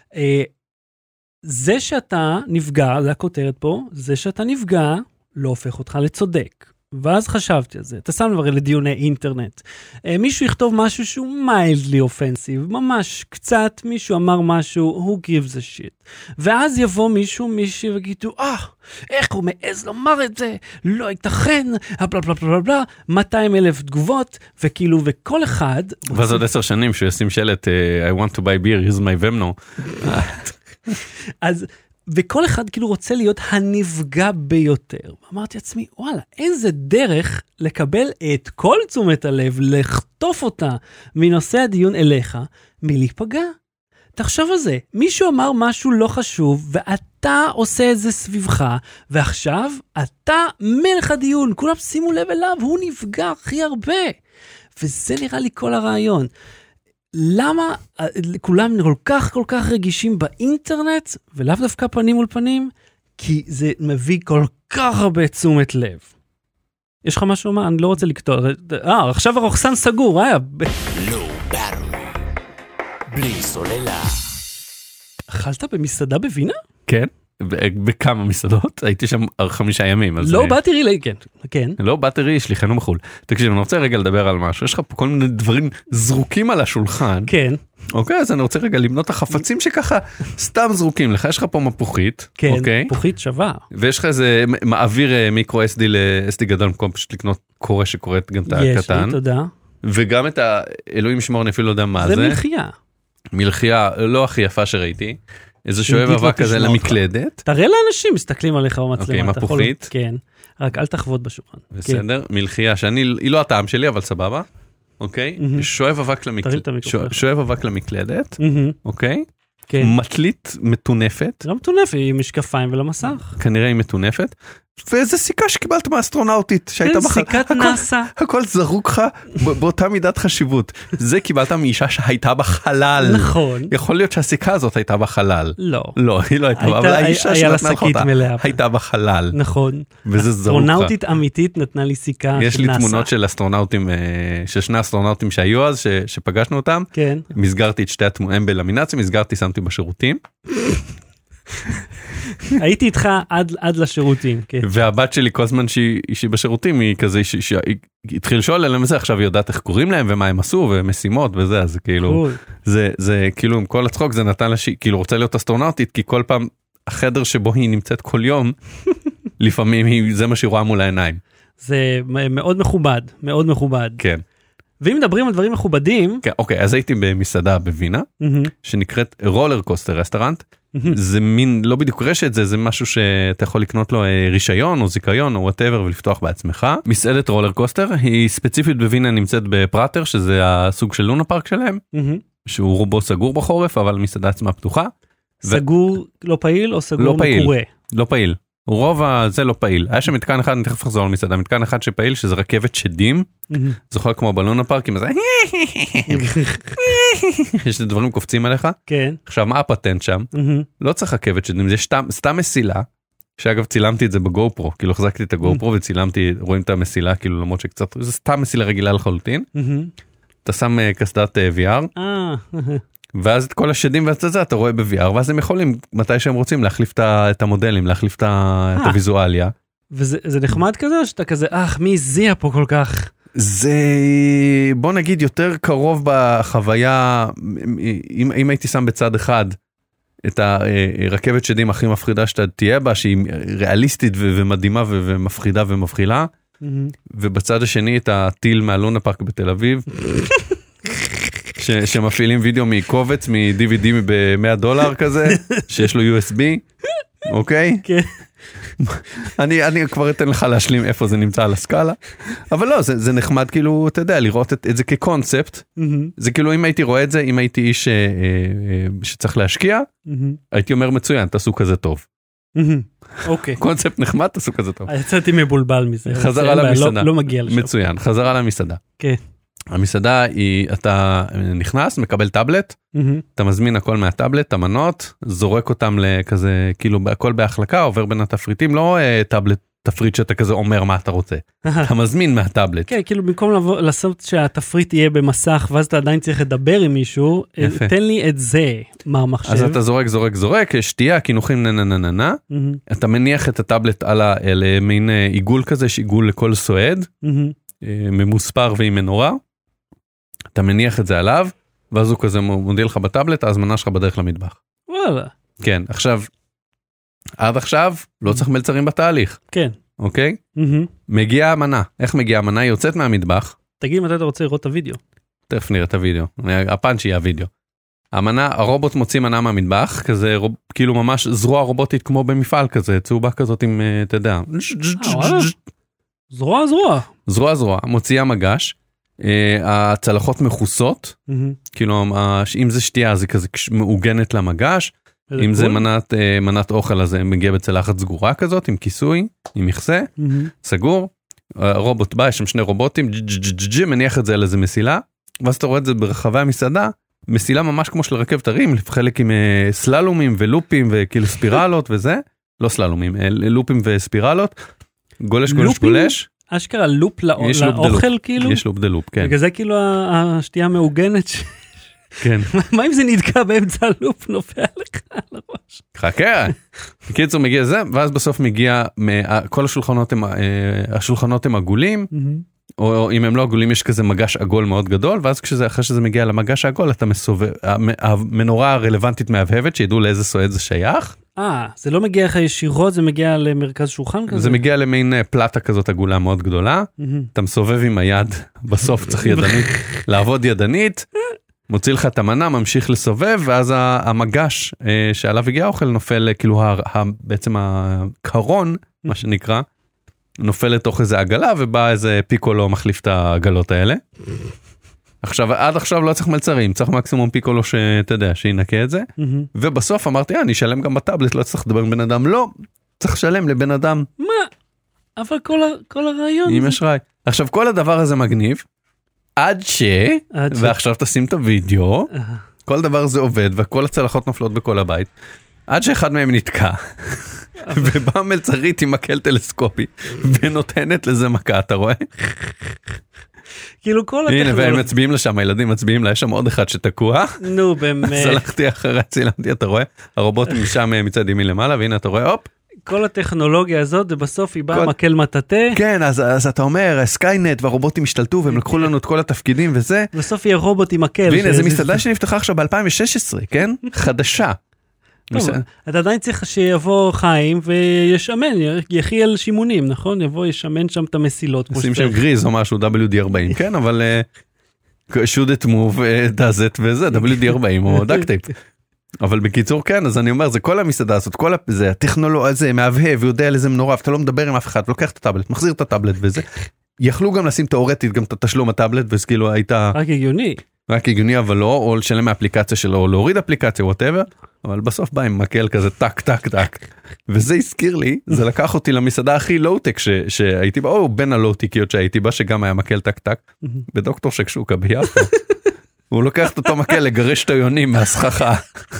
זה שאתה נפגע, זה הכותרת פה, זה שאתה נפגע, לא הופך אותך לצודק. ואז חשבתי על זה, אתה שם כבר לדיוני אינטרנט. מישהו יכתוב משהו שהוא מיילדלי אופנסיב, ממש קצת, מישהו אמר משהו, who gives a shit. ואז יבוא מישהו, מישהו וגידו, אה, איך הוא מעז לומר את זה? לא ייתכן, בלה בלה בלה בלה, מאתיים אלף תגובות, וכאילו, וכל אחד... ואז עוד עשר שנים שהוא ישים שלט, I want to buy beer, here's my Venmo. אז... וכל אחד כאילו רוצה להיות הנפגע ביותר. אמרתי לעצמי, וואלה, איזה דרך לקבל את כל תשומת הלב, לחטוף אותה מנושא הדיון אליך, מלהיפגע. תחשוב על זה, מישהו אמר משהו לא חשוב, ואתה עושה את זה סביבך, ועכשיו אתה מלך הדיון, כולם שימו לב אליו, הוא נפגע הכי הרבה. וזה נראה לי כל הרעיון. למה כולם כל כך כל כך רגישים באינטרנט, ולאו דווקא פנים מול פנים? כי זה מביא כל כך הרבה תשומת לב. יש לך משהו מה? אני לא רוצה לקטוע. אה, עכשיו הרוחסן סגור, אה? לא ברור. בלי סוללה. אכלת במסעדה בווינה? כן. בכמה מסעדות, הייתי שם חמישה ימים. לא באתי לי, כן, כן. לא באתי לי, שליחנו מחול. תקשיב, אני רוצה רגע לדבר על משהו, יש לך פה כל מיני דברים זרוקים על השולחן. כן. אוקיי, אז אני רוצה רגע למנות החפצים שככה סתם זרוקים לך, יש לך פה מפוחית. כן, מפוחית שווה. ויש לך איזה מעביר מיקרו אס די ל-אס די גדול, במקום פשוט לקנות קורא שקוראת גם את הקטן. יש לי, תודה. וגם את האלוהים שמור, אני אפילו לא יודע מה זה. זה מלחייה. מלחייה, לא הכי יפה שראיתי. איזה שואב אבק כזה למקלדת. תראה לאנשים, מסתכלים עליך במצלמה. אוקיי, מפוחית. כן, רק אל תחבוד בשולחן. בסדר, מלחייה, היא לא הטעם שלי, אבל סבבה. אוקיי? שואב אבק למקלדת. שואב אבק למקלדת. אוקיי? מטלית מטונפת. לא מטונפת, היא משקפיים ולא מסך. כנראה היא מטונפת. ואיזה סיכה שקיבלת מהאסטרונאוטית שהייתה בחלל. סיכת נאסא. הכל זרוק לך באותה מידת חשיבות. זה קיבלת מאישה שהייתה בחלל. נכון. יכול להיות שהסיכה הזאת הייתה בחלל. לא. לא, היא לא הייתה, אבל האישה שנתנה לך אותה הייתה בחלל. נכון. וזה זרוק לך. אסטרונאוטית אמיתית נתנה לי סיכה של נאסא. יש לי תמונות של אסטרונאוטים, של שני אסטרונאוטים שהיו אז, שפגשנו אותם. כן. מסגרתי את שתי התמונות, הם בלמינציה, מסגרתי, שמתי בשירותים. הייתי איתך עד, עד לשירותים, כן. והבת שלי כל הזמן שהיא, שהיא בשירותים, היא כזה, שהיא התחיל לשאול עליהם זה, עכשיו היא יודעת איך קוראים להם ומה הם עשו ומשימות וזה, אז כאילו, זה, זה כאילו עם כל הצחוק, זה נתן לה שהיא כאילו רוצה להיות אסטרונאוטית, כי כל פעם החדר שבו היא נמצאת כל יום, לפעמים היא, זה מה שהיא רואה מול העיניים. זה מאוד מכובד, מאוד מכובד. כן. ואם מדברים על דברים מכובדים... כן, אוקיי, אז הייתי במסעדה בווינה, שנקראת רולר קוסטר רסטורנט, זה מין, לא בדיוק רשת, זה, זה משהו שאתה יכול לקנות לו רישיון או זיקיון או whatever ולפתוח בעצמך. מסעדת רולר קוסטר היא ספציפית בווינה נמצאת בפראטר, שזה הסוג של לונה פארק שלהם, שהוא רובו סגור בחורף, אבל מסעדה עצמה פתוחה. סגור ו... לא פעיל או סגור לא פעיל, מקורה? לא פעיל. רוב זה לא פעיל. היה שם מתקן אחד, אני תכף אחזור על מסעדה, מתקן אחד שפעיל, שזה רכבת שדים, זוכר כמו בלונה פארק, עם זה, יש דברים קופצים עליך. כן. עכשיו, מה הפטנט שם? לא צריך רכבת שדים, זה סתם מסילה, שאגב צילמתי את זה בגו-פרו, כאילו החזקתי את הגו-פרו וצילמתי, רואים את המסילה, כאילו למרות שקצת, זה סתם מסילה רגילה לחלוטין. אתה שם קסדת וי אר, ואז את כל השדים ואת זה אתה רואה ב-וי אר, ואז הם יכולים, מתי שהם רוצים, להחליף את המודלים, להחליף את הוויזואליה. וזה נחמד כזה, או שאתה כזה, אך, מי הזיע פה כל כך? זה, בוא נגיד, יותר קרוב בחוויה, אם, אם הייתי שם בצד אחד, את הרכבת שדים הכי מפחידה שאתה תהיה בה, שהיא ריאליסטית ומדהימה ומפחידה ומבחילה, ובצד השני את הטיל מהלונה פארק בתל אביב, ש, שמפעילים וידאו מקובץ, מ-די וי די ב-מאה דולר כזה, שיש לו יו אס בי, אוקיי? כן. אני, אני כבר אתן לך להשלים איפה זה נמצא על הסקאלה, אבל לא, זה, זה נחמד כאילו, אתה יודע, לראות את, את זה כקונספט, זה כאילו אם הייתי רואה את זה, אם הייתי איש שצריך להשקיע, הייתי אומר מצוין, תעשו כזה טוב. אוקיי. קונספט נחמד, תעשו כזה טוב. יצאתי מבולבל מזה. חזרה למסעדה. לא מגיע לשם. מצוין, חזרה למסעדה. כן. המסעדה היא, אתה נכנס, מקבל טאבלט, אתה מזמין הכל מהטאבלט, המנות, זורק אותם לכזה, כאילו הכל בהחלקה, עובר בין התפריטים, לא טאבלט תפריט שאתה כזה אומר מה אתה רוצה, אתה מזמין מהטאבלט. כן, כאילו במקום לעשות שהתפריט יהיה במסך, ואז אתה עדיין צריך לדבר עם מישהו, תן לי את זה, מה המחשב. אז אתה זורק, זורק, זורק, שתייה, כינוחים נננננה, אתה מניח את הטאבלט על מין עיגול כזה, יש עיגול לכל סועד, ממוספר ועם מנורה, אתה מניח את זה עליו, ואז הוא כזה מודיע לך בטאבלט, ההזמנה שלך בדרך למטבח. וואלה. כן, עכשיו, עד עכשיו, לא צריך מלצרים בתהליך. כן. אוקיי? מגיעה המנה. איך מגיעה המנה? היא יוצאת מהמטבח. תגיד מתי אתה רוצה לראות את הוידאו. תכף נראה את הוידאו. הפאנץ' יהיה הוידאו. המנה, הרובוט מוציא מנה מהמטבח, כזה, כאילו ממש זרוע רובוטית כמו במפעל כזה, צהובה כזאת עם, אתה יודע. זרוע, זרוע. זרוע, זרוע. מוציאה מגש. הצלחות מכוסות, כאילו אם זה שתייה אז היא כזה מעוגנת למגש, אם זה מנת, מנת אוכל אז זה מגיע בצלחת סגורה כזאת עם כיסוי, עם מכסה, סגור, רובוט בא, יש שם שני רובוטים, מניח את זה על איזה מסילה, ואז אתה רואה את זה ברחבי המסעדה, מסילה ממש כמו של רכבת הרים, חלק עם סללומים ולופים וכאילו ספירלות וזה, לא סללומים, לופים וספירלות, גולש גולש גולש, אשכרה לופ לאוכל כאילו? יש לופ דלופ, כן. בגלל זה כאילו השתייה מעוגנת. כן. מה אם זה נתקע באמצע הלופ נופל לך על הראש? חכה. בקיצור מגיע זה, ואז בסוף מגיע, כל השולחנות הם, השולחנות הם עגולים, או אם הם לא עגולים יש כזה מגש עגול מאוד גדול, ואז כשזה, אחרי שזה מגיע למגש העגול, אתה מסובב, המנורה הרלוונטית מהבהבת, שידעו לאיזה סועד זה שייך. אה, זה לא מגיע לך ישירות, זה מגיע למרכז שולחן כזה? זה מגיע למין פלטה כזאת עגולה מאוד גדולה, אתה מסובב עם היד, בסוף צריך ידנית, לעבוד ידנית, מוציא לך את המנה, ממשיך לסובב, ואז המגש שעליו הגיע האוכל נופל, כאילו בעצם הקרון, מה שנקרא, נופל לתוך איזה עגלה, ובא איזה פיקולו מחליף את העגלות האלה. עכשיו, עד עכשיו לא צריך מלצרים, צריך מקסימום פיקולו שאתה יודע, שינקה את זה, ובסוף אמרתי, אני אשלם גם בטאבלט, לא צריך לדבר עם בן אדם, לא, צריך לשלם לבן אדם. מה? אבל כל הרעיון... עם אשראי. עכשיו, כל הדבר הזה מגניב, עד ש... ועכשיו תשים את הוידאו, כל דבר הזה עובד, וכל הצלחות נופלות בכל הבית, עד שאחד מהם נתקע, ובא מלצרית עם מקל טלסקופי, ונותנת לזה מכה, אתה רואה? כאילו כל הטכנולוגיה... הנה, והם מצביעים לשם, הילדים מצביעים לה, יש שם עוד אחד שתקוע. נו, באמת. אז הלכתי אחרי, צילמתי, אתה רואה? הרובוטים שם מצד ימין למעלה, והנה אתה רואה, הופ. כל הטכנולוגיה הזאת, ובסוף היא באה מקל מטאטה. כן, אז, אז אתה אומר, סקיינט והרובוטים השתלטו, והם לקחו לנו את כל התפקידים וזה. בסוף יהיה רובוט עם מקל. והנה, זו מסעדה שנפתחה עכשיו ב-אלפיים ושש עשרה, כן? חדשה. טוב, אתה עדיין צריך שיבוא חיים וישמן, יחי על שימונים, נכון? יבוא ישמן שם את המסילות. נשים שם גריז או משהו, דאבליו די ארבעים, כן? אבל should it move, does it וזה, דאבליו די ארבעים או דאקטייפ. אבל בקיצור כן, אז אני אומר, זה כל המסעדה הזאת, כל זה, הטכנולוגיה, זה מהבהב, ויודע על איזה מנורה, אתה לא מדבר עם אף אחד, לוקח את הטאבלט, מחזיר את הטאבלט וזה. יכלו גם לשים תאורטית גם את התשלום הטאבלט, וכאילו הייתה... רק הגיוני. רק הגיוני, אבל לא, או לשלם מהאפליקציה שלו, או להוריד אפליקציה, whatever, אבל בסוף בא עם מקל כזה, טק, טק, טק. וזה הזכיר לי, זה לקח אותי למסעדה הכי לואו-טק שהייתי בה, או בין הלואו-טיקיות שהייתי בה, שגם היה מקל טק, טק, בדוקטור שקשוקה ביפו. הוא לוקח את אותו מקל לגרש את היונים מהסככה.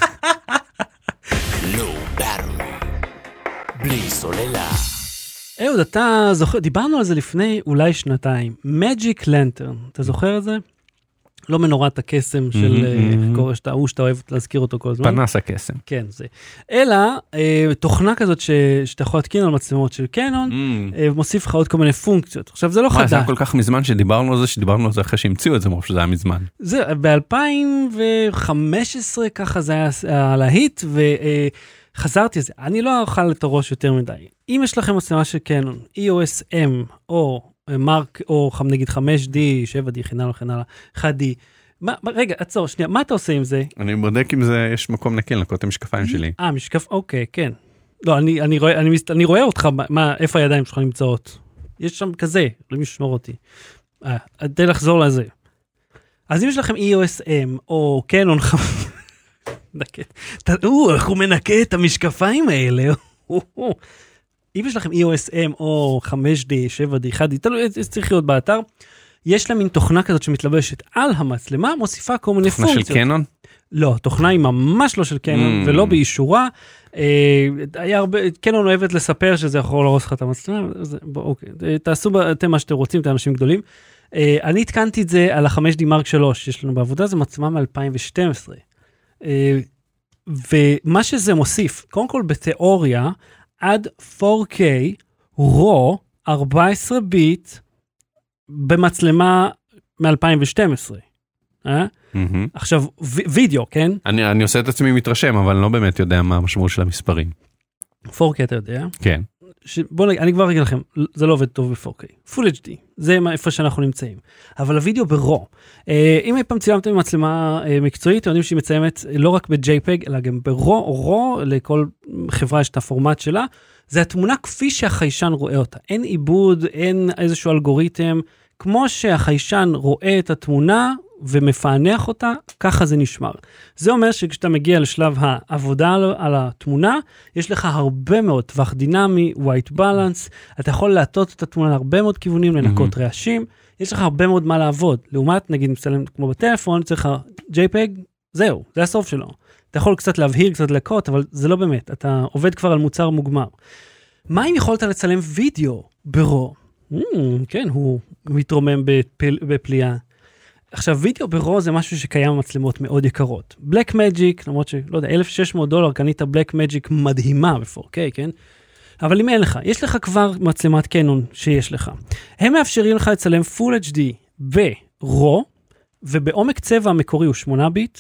בלי סוללה. אהוד, אתה זוכר, דיברנו על זה לפני אולי שנתיים, Magic Lantern, אתה זוכר את זה? לא מנורת הקסם של קורש, הוא שאתה אוהב להזכיר אותו כל הזמן. פנס הקסם. כן, זה. אלא, תוכנה כזאת שאתה יכול להתקין על מצלמות של קנון, מוסיף לך עוד כל מיני פונקציות. עכשיו, זה לא חדש. זה היה כל כך מזמן שדיברנו על זה, שדיברנו על זה אחרי שהמציאו את זה, מרוב שזה היה מזמן. זה, ב-אלפיים וחמש עשרה ככה זה היה להיט, וחזרתי על זה. אני לא אוכל את הראש יותר מדי. אם יש לכם מצלמה של קנון, אי או אס אם, או... מרק, או נגיד חמש די, שבע די, חינל וחינל, אחד די. מה, רגע, עצור, שנייה, מה אתה עושה עם זה? אני בודק אם זה, יש מקום נקי לנקות את המשקפיים שלי. אה, משקף, אוקיי, כן. לא, אני, אני רואה, אני, אני רואה אותך, מה, איפה הידיים שלך נמצאות? יש שם כזה, למי ששמור אותי. אה, תן לחזור לזה. אז אם יש לכם אי או אס אם, או קנון חמש... איך הוא מנקה את המשקפיים האלה. אם יש לכם אי או אס אם, או חמש די, שבע די, אחד די, תלוי, זה צריך להיות באתר, יש לה מין תוכנה כזאת שמתלבשת על המצלמה, מוסיפה כל מיני פונקציות. תוכנה של קנון? לא, תוכנה היא ממש לא של קנון, ולא באישורה. היה הרבה, קנון אוהבת לספר שזה יכול להרוס לך את המצלמה, אוקיי, תעשו אתם מה שאתם רוצים, אתם אנשים גדולים. אני התקנתי את זה על ה-חמש די מרק שלוש, יש לנו בעבודה, זה מצלמה מ-אלפיים ושתים עשרה. ומה שזה מוסיף, קודם כל בתיאוריה, עד פור קיי, רו, ארבע עשרה ביט, במצלמה מ-אלפיים ושתים עשרה. אה? Mm-hmm. עכשיו, ו- וידאו, כן? אני, אני עושה את עצמי מתרשם, אבל אני לא באמת יודע מה המשמעות של המספרים. פור קיי אתה יודע? כן. ש... בואו נגיד, אני כבר אגיד לכם, זה לא עובד טוב ב-פור קיי. Full אייץ' די, זה איפה שאנחנו נמצאים. אבל הוידאו ברו. אה, אם אי פעם צילמתם עם מצלמה אה, מקצועית, אתם יודעים שהיא מציימת לא רק ב-ג'יי-פג, אלא גם ברו, או רו, לכל חברה יש את הפורמט שלה, זה התמונה כפי שהחיישן רואה אותה. אין עיבוד, אין איזשהו אלגוריתם, כמו שהחיישן רואה את התמונה ומפענח אותה, ככה זה נשמר. זה אומר שכשאתה מגיע לשלב העבודה על התמונה, יש לך הרבה מאוד טווח דינמי, white balance, אתה יכול להטות את התמונה להרבה מאוד כיוונים, לנקות mm-hmm. רעשים, יש לך הרבה מאוד מה לעבוד. לעומת, נגיד, מצלם כמו בטלפון, צריך ג'יי-פג, זהו, זה הסוף שלו. אתה יכול קצת להבהיר, קצת לקות, אבל זה לא באמת, אתה עובד כבר על מוצר מוגמר. מה אם יכולת לצלם וידאו ברו? Mm, כן, הוא מתרומם בפל, בפליאה. עכשיו, וידאו ברו זה משהו שקיים במצלמות מאוד יקרות. בלק מג'יק, למרות שלא יודע, אלף ושש מאות דולר, קנית בלק מג'יק מדהימה ב-פור קיי, כן? אבל אם אין לך, יש לך כבר מצלמת קנון שיש לך. הם מאפשרים לך לצלם Full אייץ' די ברו, ובעומק צבע המקורי הוא שמונה ביט,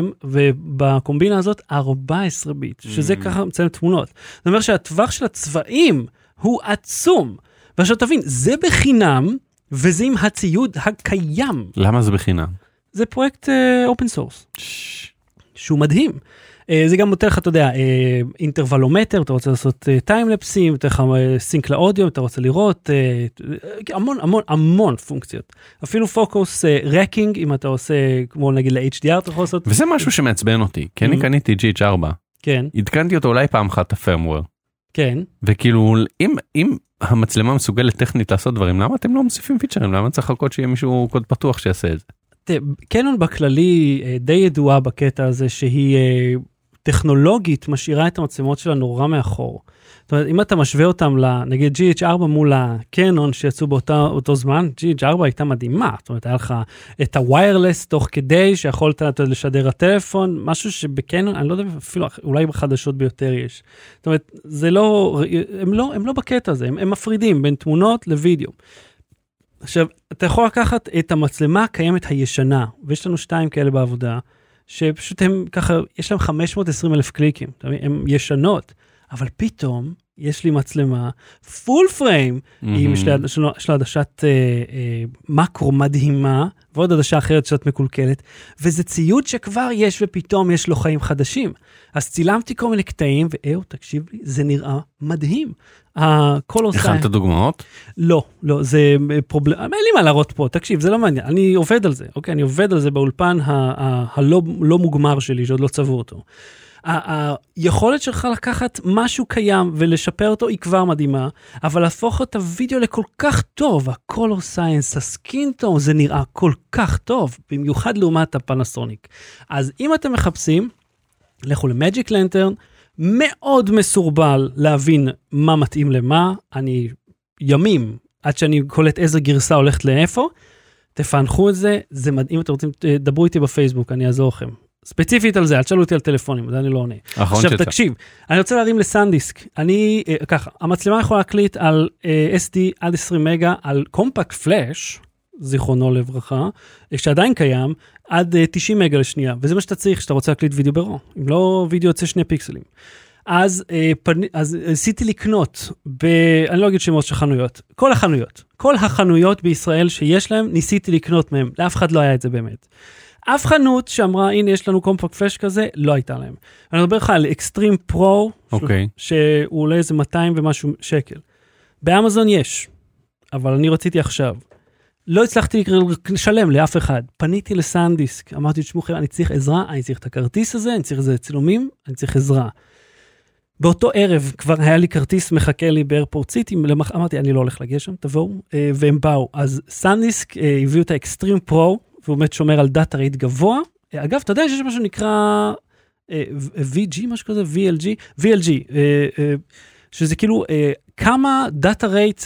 ובקומבינה הזאת ארבע עשרה ביט, שזה ככה מצלם תמונות. זאת אומרת שהטווח של הצבעים הוא עצום. ועכשיו תבין, זה בחינם, וזה עם הציוד הקיים. למה זה בחינם? זה פרויקט אופן סורס, שהוא מדהים. זה גם נותן לך, אתה יודע, אינטרוולומטר, אתה רוצה לעשות טיימלפסים, אתה לך סינק לאודיו, אתה רוצה לראות, המון, המון, המון פונקציות. אפילו פוקוס רקינג, אם אתה עושה, כמו נגיד ל-אייץ' די אר, אתה יכול לעשות... וזה משהו שמעצבן אותי, כי אני קניתי ג'י אייץ' ארבע. כן. התקנתי אותו אולי פעם אחת הפרמוור. כן. וכאילו, אם, אם המצלמה מסוגלת טכנית לעשות דברים, למה אתם לא מוסיפים פיצ'רים? למה צריך לחכות שיהיה מישהו קוד פתוח שיעשה את זה? תראה, קנון בכללי די ידועה בקטע הזה שהיא טכנולוגית משאירה את המצלמות שלה נורא מאחור. זאת אומרת, אם אתה משווה אותם, נגיד ג'י אייץ' ארבע מול הקנון שיצאו באותו זמן, ג'י אייץ' ארבע הייתה מדהימה. זאת אומרת, היה לך את הוויירלס תוך כדי שיכולת לשדר הטלפון, משהו שבקנון, אני לא יודע, אפילו אולי בחדשות ביותר יש. זאת אומרת, זה לא, הם לא, הם לא בקטע הזה, הם, הם מפרידים בין תמונות לוידאו. עכשיו, אתה יכול לקחת את המצלמה הקיימת הישנה, ויש לנו שתיים כאלה בעבודה, שפשוט הם ככה, יש להם חמש מאות ועשרים אלף קליקים, הם ישנות, אבל פתאום יש לי מצלמה פול פריים, עם של עדשת מקרו מדהימה, ועוד עדשה אחרת שאת מקולקלת, וזה ציוד שכבר יש ופתאום יש לו חיים חדשים. אז צילמתי כל מיני קטעים, ואהו, תקשיב לי, זה נראה מדהים. הכנת דוגמאות? לא, לא, זה פרובלם, אין לי מה להראות פה, תקשיב, זה לא מעניין, אני עובד על זה, אוקיי, אני עובד על זה באולפן הלא מוגמר שלי, שעוד לא צבו אותו. היכולת שלך לקחת משהו קיים ולשפר אותו היא כבר מדהימה, אבל להפוך את הוידאו לכל כך טוב, הקולור סיינס, הסקינטון, זה נראה כל כך טוב, במיוחד לעומת הפנסוניק. אז אם אתם מחפשים, לכו למג'יק לנטרן, מאוד מסורבל להבין מה מתאים למה, אני ימים, עד שאני קולט איזה גרסה הולכת לאיפה, תפענחו את זה, זה מדהים, אתם רוצים, דברו איתי בפייסבוק, אני אעזור לכם. ספציפית על זה, אל תשאלו אותי על טלפונים, זה אני לא עונה. עכשיו תקשיב, אני רוצה להרים לסנדיסק, אני, ככה, המצלמה יכולה להקליט על אס די עד עשרים מגה, על קומפקט פלאש, זיכרונו לברכה, שעדיין קיים, עד תשעים מגה לשנייה, וזה מה שאתה צריך, שאתה רוצה להקליט וידאו ברו, אם לא וידאו יוצא שני פיקסלים. אז, אז עשיתי לקנות, ב, אני לא אגיד שמות של חנויות, כל החנויות, כל החנויות בישראל שיש להם, ניסיתי לקנות מהם, לאף אחד לא היה את זה באמת. אף חנות שאמרה, הנה יש לנו קומפקט פלאש כזה, לא הייתה להם. אני מדבר לך על אקסטרים פרו, אוקיי. שהוא עולה איזה מאתיים ומשהו שקל. באמזון יש, אבל אני רציתי עכשיו. לא הצלחתי לשלם לאף אחד. פניתי לסנדיסק, אמרתי, תשמעו, אני צריך עזרה, אני צריך את הכרטיס הזה, אני צריך איזה צילומים, אני צריך עזרה. באותו ערב כבר היה לי כרטיס מחכה לי באיירפורט סיטי, אמרתי, אני לא הולך להגיע שם, תבואו, והם באו. אז סנדיסק הביאו את האקסטרים פרו, והוא באמת שומר על דאטה רייט גבוה. אגב, אתה יודע שיש משהו נקרא וי ג'י, משהו כזה, וי אל ג'י, וי אל ג'י, שזה כאילו כמה דאטה רייט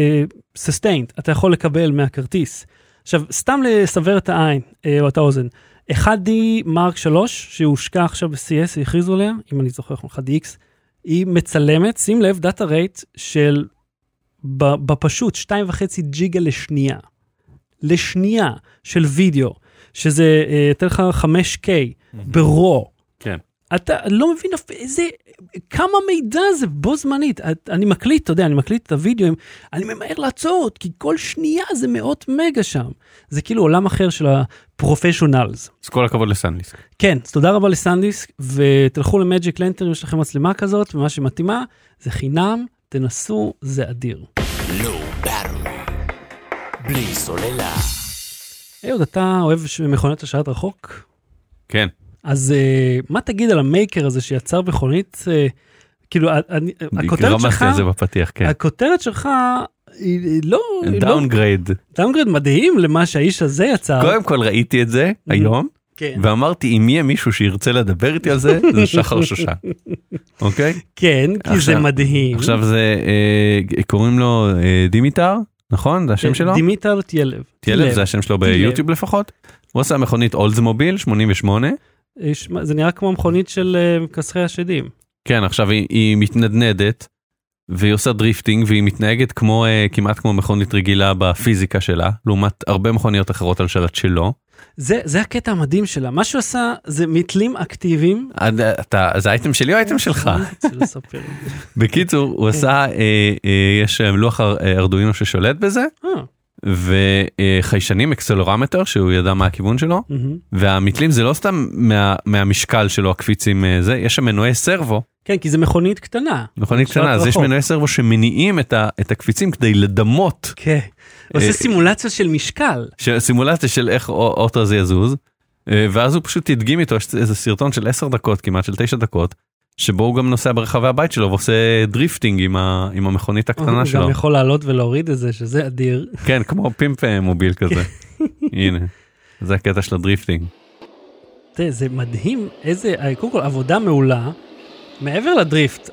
ססטיינד אתה יכול לקבל מהכרטיס. עכשיו, סתם לסבר את העין, או את האוזן, אחד די מרק שלוש, שהושקע עכשיו ב-סי אס, הכריזו עליה, אם אני זוכר, אחד די אקס, היא מצלמת, שים לב, דאטה רייט של, בפשוט, שתיים וחצי ג'יגה לשנייה. לשנייה של וידאו, שזה, אתן לך חמש קיי, ברו. כן. אתה לא מבין איזה, כמה מידע זה בו זמנית. אני מקליט, אתה יודע, אני מקליט את הוידאו, אני ממהר לעצור, כי כל שנייה זה מאות מגה שם. זה כאילו עולם אחר של הפרופשיונלס. אז כל הכבוד לסנדיסק. כן, אז תודה רבה לסנדיסק, ותלכו למג'יק לנטרן, יש לכם מצלמה כזאת, ומה שמתאימה, זה חינם, תנסו, זה אדיר. Low battery. בלי סוללה. אהוד, אתה אוהב מכונות השערת רחוק? כן. אז uh, מה תגיד על המייקר הזה שיצר מכונית, uh, כאילו, אני, הכותרת שלך, זה בפתיח, כן. הכותרת שלך, היא לא... דאונגרייד. דאונגרייד מדהים למה שהאיש הזה יצר. קודם כל ראיתי את זה היום, כן. ואמרתי, אם יהיה מישהו שירצה לדבר איתי על זה, זה שחר שושן. אוקיי? כן, כי עכשיו, זה מדהים. עכשיו זה, אה, קוראים לו אה, דימיטר, נכון? זה השם שלו? דימיטר טיילב. טיילב, זה השם שלו ביוטיוב לפחות. הוא עושה מכונית אולדסמוביל, שמונים ושמונה. זה נראה כמו מכונית של כסחי השדים. כן, עכשיו היא, היא מתנדנדת, והיא עושה דריפטינג, והיא מתנהגת כמו, כמעט כמו מכונית רגילה בפיזיקה שלה, לעומת הרבה מכוניות אחרות על שלט שלו. זה, זה הקטע המדהים שלה. מה שהוא עשה, זה מתלים אקטיביים. אתה, זה האייטם שלי או האייטם שלך? בקיצור, הוא עשה, יש לוח ארדואינו ששולט בזה, וחיישנים אקסלורמטר שהוא ידע מה הכיוון שלו, והמתלים זה לא סתם מהמשקל שלו הקפיצים זה, יש שם מנועי סרבו. כן, כי זה מכונית קטנה. מכונית קטנה, אז יש מנועי סרבו שמניעים את הקפיצים כדי לדמות. כן, עושה סימולציה של משקל. סימולציה של איך אוטו הזה יזוז, ואז הוא פשוט תדגים איתו איזה סרטון של עשר דקות, כמעט של תשע דקות, שבו הוא גם נוסע ברחבי הבית שלו, ועושה דריפטינג עם, ה, עם המכונית הקטנה שלו. הוא גם יכול לעלות ולהוריד את זה, שזה אדיר. כן, כמו פימפ מוביל כזה. הנה, זה הקטע של הדריפטינג. תראה, זה מדהים, איזה, קודם כל, עבודה מעולה, מעבר לדריפט,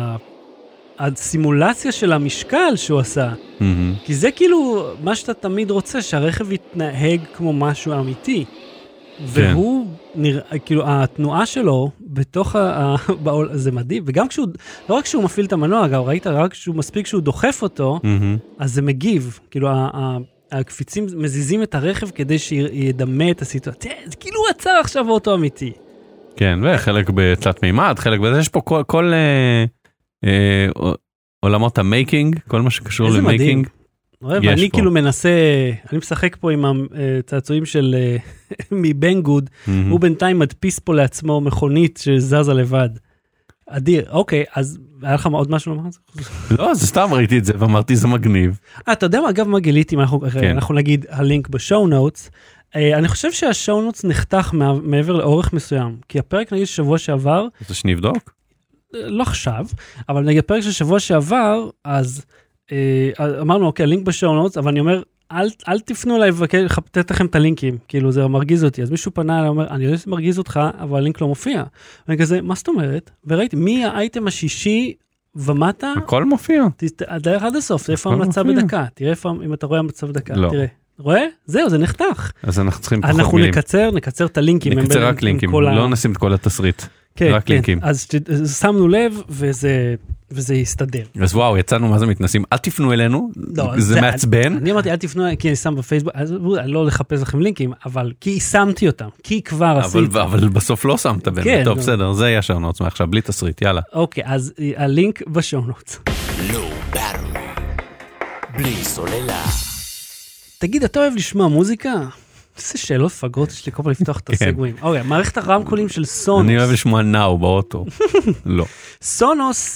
הסימולציה של המשקל שהוא עשה, כי זה כאילו מה שאתה תמיד רוצה, שהרכב יתנהג כמו משהו אמיתי. והוא נראה, כאילו, התנועה שלו בתוך ה... זה מדהים, וגם כשהוא, לא רק כשהוא מפעיל את המנוע, אגב, ראית, רק כשהוא מספיק שהוא דוחף אותו, אז זה מגיב, כאילו, הקפיצים מזיזים את הרכב כדי שידמה את הסיטואציה, זה כאילו הוא עצר עכשיו אוטו אמיתי. כן, וחלק בתלת מימד, חלק בזה, יש פה כל, כל אה, אה, עולמות המייקינג, כל מה שקשור למייקינג. ואני כאילו מנסה, אני משחק פה עם הצעצועים של מבן גוד, הוא בינתיים מדפיס פה לעצמו מכונית שזזה לבד. אדיר, אוקיי, אז היה לך עוד משהו לומר? לא, זה סתם ראיתי את זה ואמרתי זה מגניב. אתה יודע מה, אגב מה גיליתי, אנחנו נגיד הלינק בשואו נוטס, אני חושב שהשואו נוטס נחתך מעבר לאורך מסוים, כי הפרק נגיד שבוע שעבר... זה שנבדוק? לא עכשיו, אבל נגיד הפרק של שבוע שעבר, אז... אמרנו, אוקיי, הלינק בשואו נוטס, אבל אני אומר, אל, אל תפנו אליי ולתת לכם את הלינקים, כאילו זה מרגיז אותי. אז מישהו פנה אליי, אומר, אני לא מרגיז אותך, אבל הלינק לא מופיע. ואני כזה, מה זאת אומרת? וראיתי, מי האייטם השישי ומטה? הכל מופיע. דרך עד הסוף, זה איפה המצב בדקה. תראה איפה, אם אתה רואה המצב בדקה, לא. תראה. רואה? זהו, זה נחתך. אז אנחנו צריכים פחות אנחנו מילים. נקצר, נקצר את הלינקים. נקצר רק לינקים, לא נשים את כל התסריט. כן, רק כן. לינקים. אז שמנו לב, וזה... וזה יסתדר. אז וואו, יצאנו מה זה מתנסים, אל תפנו אלינו, לא, זה, זה מעצבן. אני אמרתי, אל תפנו, כי אני שם בפייסבוק, אז אני לא לחפש לכם לינקים, אבל כי שמתי אותם, כי כבר אבל, עשיתי. אבל בסוף לא שמת בין. כן, טוב, בסדר, זה ישר נוטס מעכשיו, בלי תסריט, יאללה. אוקיי, אז הלינק בשואו נוטס. Low battery. בלי סוללה. תגיד, אתה אוהב לשמוע מוזיקה? איזה שאלות פגרות יש לי כל פעם לפתוח את הסגווים. אוקיי, מערכת הרמקולים של סונוס. אני אוהב לשמוע נאו באוטו. לא. סונוס,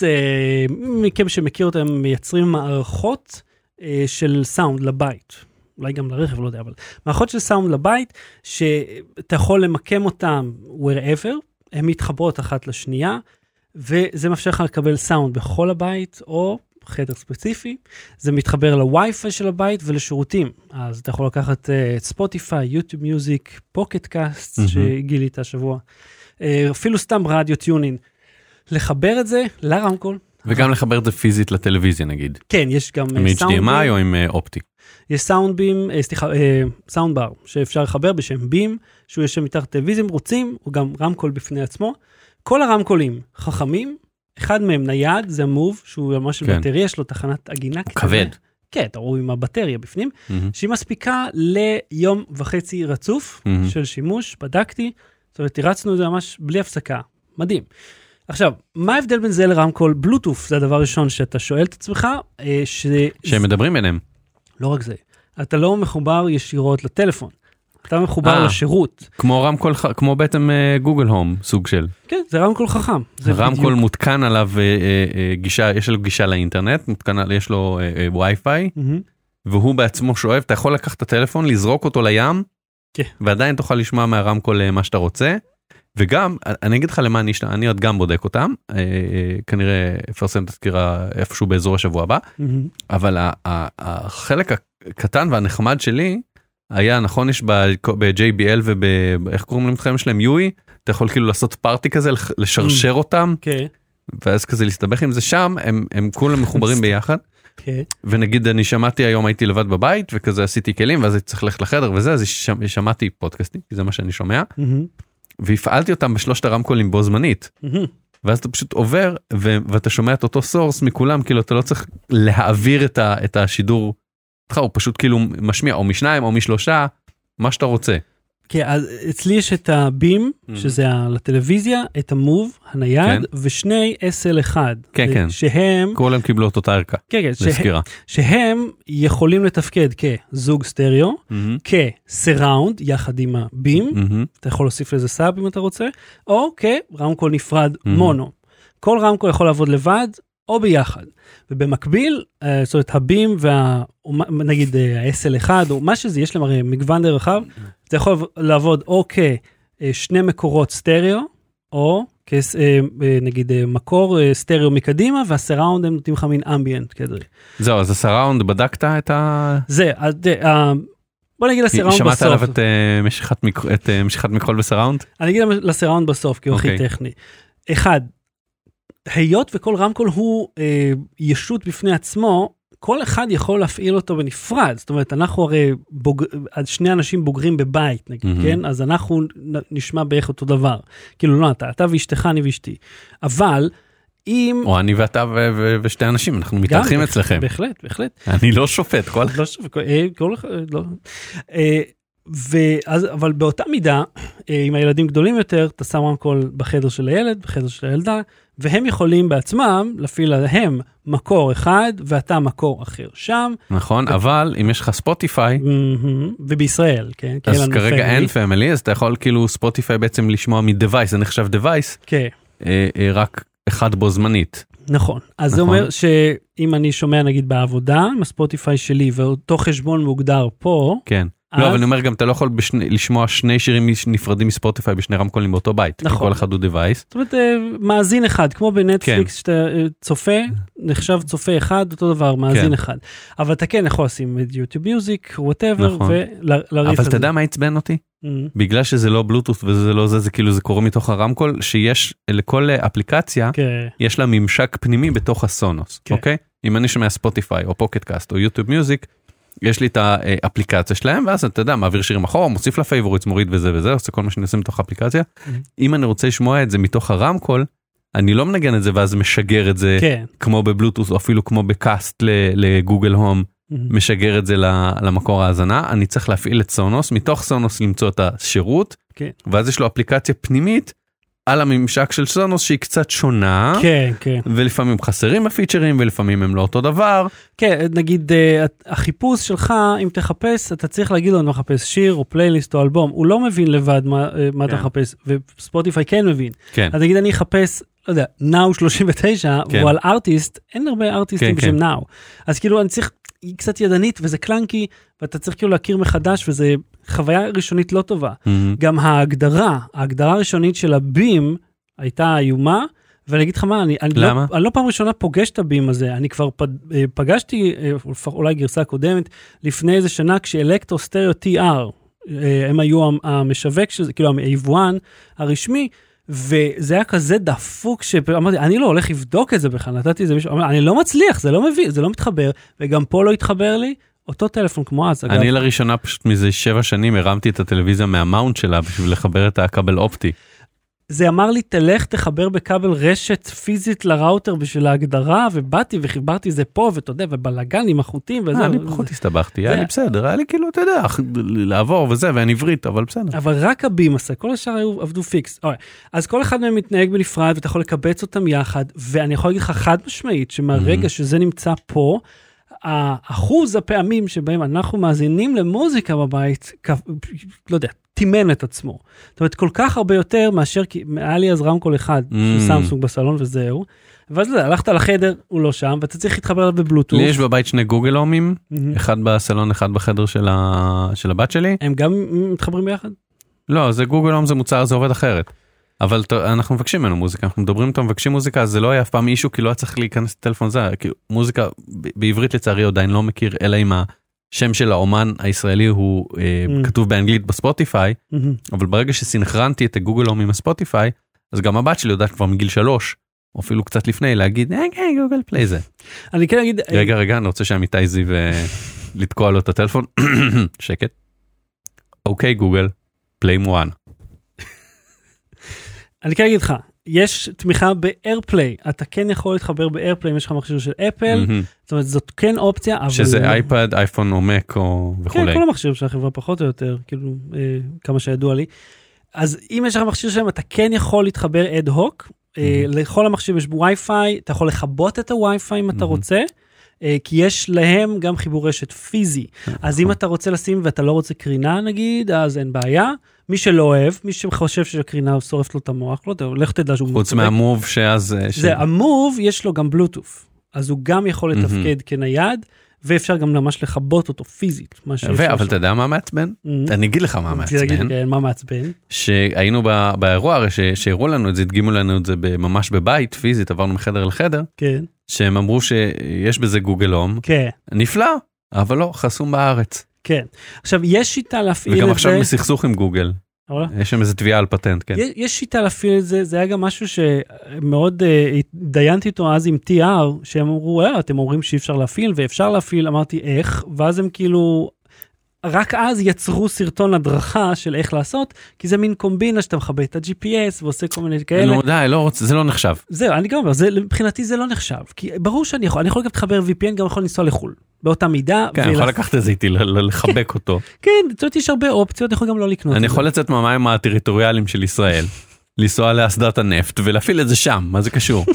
מכם שמכיר אותם, מייצרים מערכות של סאונד לבית. אולי גם לרכב, לא יודע, אבל מערכות של סאונד לבית, שאתה יכול למקם אותם wherever, הן מתחברות אחת לשנייה, וזה מאפשר לך לקבל סאונד בכל הבית, או חדר ספציפי, זה מתחבר לווי-פיי של הבית ולשירותים. אז אתה יכול לקחת את ספוטיפיי, יוטיוב מיוזיק, פוקט קאסט, שגילית השבוע, אפילו סתם רדיו טיונין, לחבר את זה לרמקול. וגם לחבר את זה פיזית לטלוויזיה נגיד. כן, יש גם עם אייץ' די אם איי או עם אופטי. יש סאונד בים, סליחה, סאונד בר, שאפשר לחבר בשם בים, שהוא יש שם מתחת טלוויזיה, רוצים, הוא גם רמקול בפני עצמו. כל הרמקולים חכמים, אחד מהם נייד, זה המוב, שהוא ממש כן. בטריה, יש לו תחנת עגינה. הוא כבד. כן, אתה רואה עם הבטריה בפנים, mm-hmm. שהיא מספיקה ליום וחצי רצוף mm-hmm. של שימוש, בדקתי, זאת אומרת, תירצנו את זה ממש בלי הפסקה, מדהים. עכשיו, מה ההבדל בין זה לרמקול? בלוטוף, זה הדבר הראשון שאתה שואל את עצמך, ש... שהם מדברים ביניהם. לא רק זה, אתה לא מחובר ישירות לטלפון, אתה מחובר 아, לשירות. כמו רמקול, כמו בעצם גוגל הום, סוג של. כן, זה רמקול חכם. זה רמקול בדיוק. מותקן עליו גישה, יש לו גישה לאינטרנט, מותקן, יש לו וי-פיי, mm-hmm. והוא בעצמו שואב, אתה יכול לקחת את הטלפון, לזרוק אותו לים, כן. ועדיין תוכל לשמוע מהרמקול מה שאתה רוצה, וגם, אני אגיד לך למה אני, אני עוד גם בודק אותם, כנראה אפרסם את הסקירה איפשהו באזור השבוע הבא, mm-hmm. אבל החלק הקטן והנחמד שלי, היה נכון, יש ב-ג'יי בי אל ובאיך קוראים למתחרים שלהם, יואי, אתה יכול כאילו לעשות פארטי כזה, לשרשר אותם, ואז כזה להסתבך עם זה שם, הם כולם מחוברים ביחד, ונגיד אני שמעתי היום, הייתי לבד בבית, וכזה עשיתי כלים, ואז הייתי צריך ללכת לחדר וזה, אז שמעתי פודקאסטים, כי זה מה שאני שומע, והפעלתי אותם בשלושת הרמקולים בו זמנית, ואז אתה פשוט עובר, ואתה שומע את אותו סורס מכולם, כאילו אתה לא צריך להעביר את השידור, הוא פשוט כאילו משמיע או משניים או משלושה, מה שאתה רוצה. כן, אז אצלי יש את הבים, שזה לטלוויזיה, את המוב, הנייד, ושני אס אל אחד. כן, כן. שהם... כולם קיבלו את אותה ערכה. כן, כן. שהם יכולים לתפקד כזוג סטריאו, כסראונד, יחד עם הבים, אתה יכול להוסיף לזה סאב אם אתה רוצה, או כרמקול נפרד מונו. כל רמקול יכול לעבוד לבד, או ביחד. ובמקביל, זאת אומרת, הבים וה... נגיד ה-אס אל אחד, או מה שזה, יש להם הרי מגוון די רחב, זה יכול לעבוד או כשני מקורות סטריאו, או נגיד מקור סטריאו מקדימה, והסראונד הם נותנים לך מין אמביאנט כזה. זהו, אז הסראונד בדקת את ה... זה, בוא נגיד לסראונד בסוף. שמעת עליו את משיכת מקול בסראונד? אני אגיד לסראונד בסוף, כי הוא הכי טכני. אחד, היות וכל רמקול הוא אה, ישות בפני עצמו, כל אחד יכול להפעיל אותו בנפרד, זאת אומרת, אנחנו הרי בוג... שני אנשים בוגרים בבית, נגיד, mm-hmm. כן? אז אנחנו נשמע בערך אותו דבר. כאילו, לא, אתה, אתה ואשתך, אני ואשתי. אבל, אם... או אני ואתה ו- ו- ושתי אנשים, אנחנו מתארחים אצלכם. בהחלט, בהחלט. אני לא שופט, כל... לא שופט, כל... כל... לא... ואז, אבל באותה מידה, עם הילדים גדולים יותר, אתה שם רמקול בחדר של הילד, בחדר של הילדה, והם יכולים בעצמם להפעיל להם מקור אחד, ואתה מקור אחר שם. נכון, אבל אם יש לך ספוטיפיי, ובישראל, כן. אז כרגע אין פמילי, אז אתה יכול כאילו ספוטיפיי בעצם לשמוע מדווייס, זה נחשב דווייס, רק אחד בו זמנית. נכון, אז זה אומר שאם אני שומע נגיד בעבודה, עם הספוטיפיי שלי, ואותו חשבון מוגדר פה, כן. לא, אבל אני אומר גם, אתה לא יכול לשמוע שני שירים נפרדים מספוטיפיי בשני רמקולים באותו בית, כי כל אחד הוא device. זאת אומרת, מאזין אחד, כמו בנטפליקס, שאתה צופה, נחשב צופה אחד, אותו דבר, מאזין אחד. אבל אתה כן יכול לשים את יוטיוב מיוזיק, whatever, ולהריף את זה. אבל אתה יודע מה עצבן אותי? בגלל שזה לא בלוטות' וזה לא זה, זה כאילו זה קורה מתוך הרמקול, שיש לכל אפליקציה, יש לה ממשק פנימי בתוך הסונוס, אוקיי? אם אני שומע ספוטיפיי, או פוקט קאסט, או יוטיוב מיוזיק, יש לי את האפליקציה שלהם, ואז אתה יודע, מעביר שירים אחורה, מוסיף לפייבוריטס, מוריד וזה וזה, עושה כל מה שאני עושה מתוך האפליקציה. אם אני רוצה לשמוע את זה מתוך הרמקול, אני לא מנגן את זה, ואז משגר את זה, כמו בבלוטוס, או אפילו כמו בקאסט לגוגל הום, משגר את זה למקור ההאזנה. אני צריך להפעיל את סונוס, מתוך סונוס למצוא את השירות, ואז יש לו אפליקציה פנימית, על הממשק של סונוס שהיא קצת שונה, כן, כן. ולפעמים חסרים הפיצ'רים, ולפעמים הם לא אותו דבר. כן, נגיד, החיפוש שלך, אם תחפש, אתה צריך להגיד לו, אני מחפש שיר, או פלייליסט, או אלבום, הוא לא מבין לבד מה, מה אתה מחפש, וספוטיפיי כן מבין. כן. אז נגיד, אני אחפש, לא יודע, נאו שלושים ותשע, והוא על ארטיסט, אין הרבה ארטיסטים בשם נאו. אז כאילו, אני צריך, היא קצת ידנית, וזה קלנקי, ואתה צריך כאילו להכיר מחדש, וזה חוויה ראשונית לא טובה. גם ההגדרה, ההגדרה הראשונית של הבים, הייתה איומה, ואני אגיד לך מה, אני, אני, לא, אני לא פעם ראשונה פוגש את הבים הזה, אני כבר פגשתי, אולי גרסה קודמת, לפני איזה שנה, כשאלקטרו סטריאו טי אר, הם היו המשווק, שזה, כאילו היבואן הרשמי, וזה היה כזה דפוק, שאמרתי, אני לא הולך לבדוק את זה בכלל, נתתי את זה מישהו, אני לא מצליח, זה לא מביא, זה לא מתחבר, וגם פה לא התחבר לי, אותו טלפון כמו אז. אני לראשונה פשוט מזה שבע שנים הרמתי את הטלוויזיה מהמאונט שלה, בשביל לחבר את הכבל אופטי. זה אמר לי, תלך, תחבר בכבל רשת פיזית לראוטר בשביל ההגדרה, ובאתי וחיברתי זה פה, ואתה יודע, ובלגן עם החוטים וזה. אני פחות הסתבכתי, היה לי בסדר, היה לי כאילו, אתה יודע, לעבור וזה, ואין עברית, אבל בסדר. אבל רק הבים עשה, כל השאר היו עבדו פיקס. אז כל אחד מהם מתנהג בנפרד, ואתה יכול לקבץ אותם יחד, ואני יכול להגיד לך חד משמעית, שמהרגע שזה נמצא פה, האחוז הפעמים שבהם אנחנו מאזינים למוזיקה בבית, לא יודע, תימן את עצמו. זאת אומרת, כל כך הרבה יותר מאשר, כי היה לי אז רמקול אחד, של סמסונג בסלון וזהו, ואז הלכת לחדר, הוא לא שם, ואתה צריך להתחבר עליו בבלוטוף. לי יש בבית שני גוגל הומים, אחד בסלון, אחד בחדר של הבת שלי. הם גם מתחברים ביחד? לא, זה גוגל הום, זה מוצר, זה עובד אחרת. אבל אנחנו מבקשים ממנו מוזיקה, אנחנו מדברים איתו, מבקשים מוזיקה, אז זה לא היה אף פעם אישו, כי לא היה צריך להיכנס לטלפון זה, כאילו מוזיקה בעברית לצערי עדיין לא מכיר, אלא אם השם של האומן הישראלי הוא כתוב באנגלית בספוטיפיי, אבל ברגע שסינכרנתי את הגוגל הום עם הספוטיפיי, אז גם הבת שלי יודעת כבר מגיל שלוש, או אפילו קצת לפני, להגיד, אה, גוגל פליי זה. אני כן אגיד... רגע, רגע, אני רוצה שעמיתי זיו לתקוע לו את הטלפון, שקט. אוקיי, גוגל, פליי מואן. אני כן אגיד לך, יש תמיכה ב-AirPlay, אתה כן יכול להתחבר ב-AirPlay, אם יש לך מכשיר של אפל, זאת אומרת, זאת כן אופציה, אבל... שזה אייפד, אייפון או מק או וכולי. כן, כל המכשירים של החברה פחות או יותר, כאילו, כמה שידוע לי. אז אם יש לך מכשיר שלהם, אתה כן יכול להתחבר אד-הוק, לכל המכשירים יש ב-Wi-Fi, אתה יכול לחבות את ה-Wi-Fi אם אתה רוצה, כי יש להם גם חיבור רשת פיזי. אז אם אתה רוצה לשים ואתה לא רוצה קרינה נגיד, אז אין בעיה. מי שלא אוהב, מי שחושב שהקרינה שורפת לו את המוח, לא יודע, לך תדע שהוא... חוץ מהמוב שאז... זה, המוב יש לו גם בלוטוף. אז הוא גם יכול לתפקד כנייד, ואפשר גם ממש לחבות אותו פיזית. אבל אתה יודע מה מעצבן? אני אגיד לך מה מעצבן. מה מעצבן? שהיינו באירוע, הרי שהראו לנו את זה, הדגימו לנו את זה ממש בבית, פיזית, עברנו מחדר לחדר. כן. שהם אמרו שיש בזה גוגל הום. כן. נפלא, אבל לא, חסום בארץ. כן. עכשיו, יש שיטה להפעיל את זה... וגם עכשיו מסכסוך עם גוגל. יש שם איזה תביעה על פטנט, כן. יש שיטה להפעיל את זה, זה היה גם משהו שמאוד דיינתי איתו אז עם טי אר, שהם אמרו, אה, אתם אומרים שאי אפשר להפעיל, ואפשר להפעיל, אמרתי איך, ואז הם כאילו... רק אז יצרו סרטון הדרכה של איך לעשות, כי זה מין קומבינה שאתה מכבה את ה-ג'י פי אס ועושה כל מיני כאלה. לא, די, לא רוצה, זה לא נחשב. זהו, אני גם אומר, מבחינתי זה לא נחשב, כי ברור שאני יכול, אני יכול גם להתחבר וי פי אן, גם יכול לנסוע לחול, באותה מידה. כן, אני יכול לקחת את זה איתי, לחבק אותו. כן, זאת אומרת, יש הרבה אופציות, אני יכול גם לא לקנות. אני יכול לצאת מהמים הטריטוריאליים של ישראל, לנסוע לאסדת הנפט, ולהפעיל את זה שם, מה זה קשור?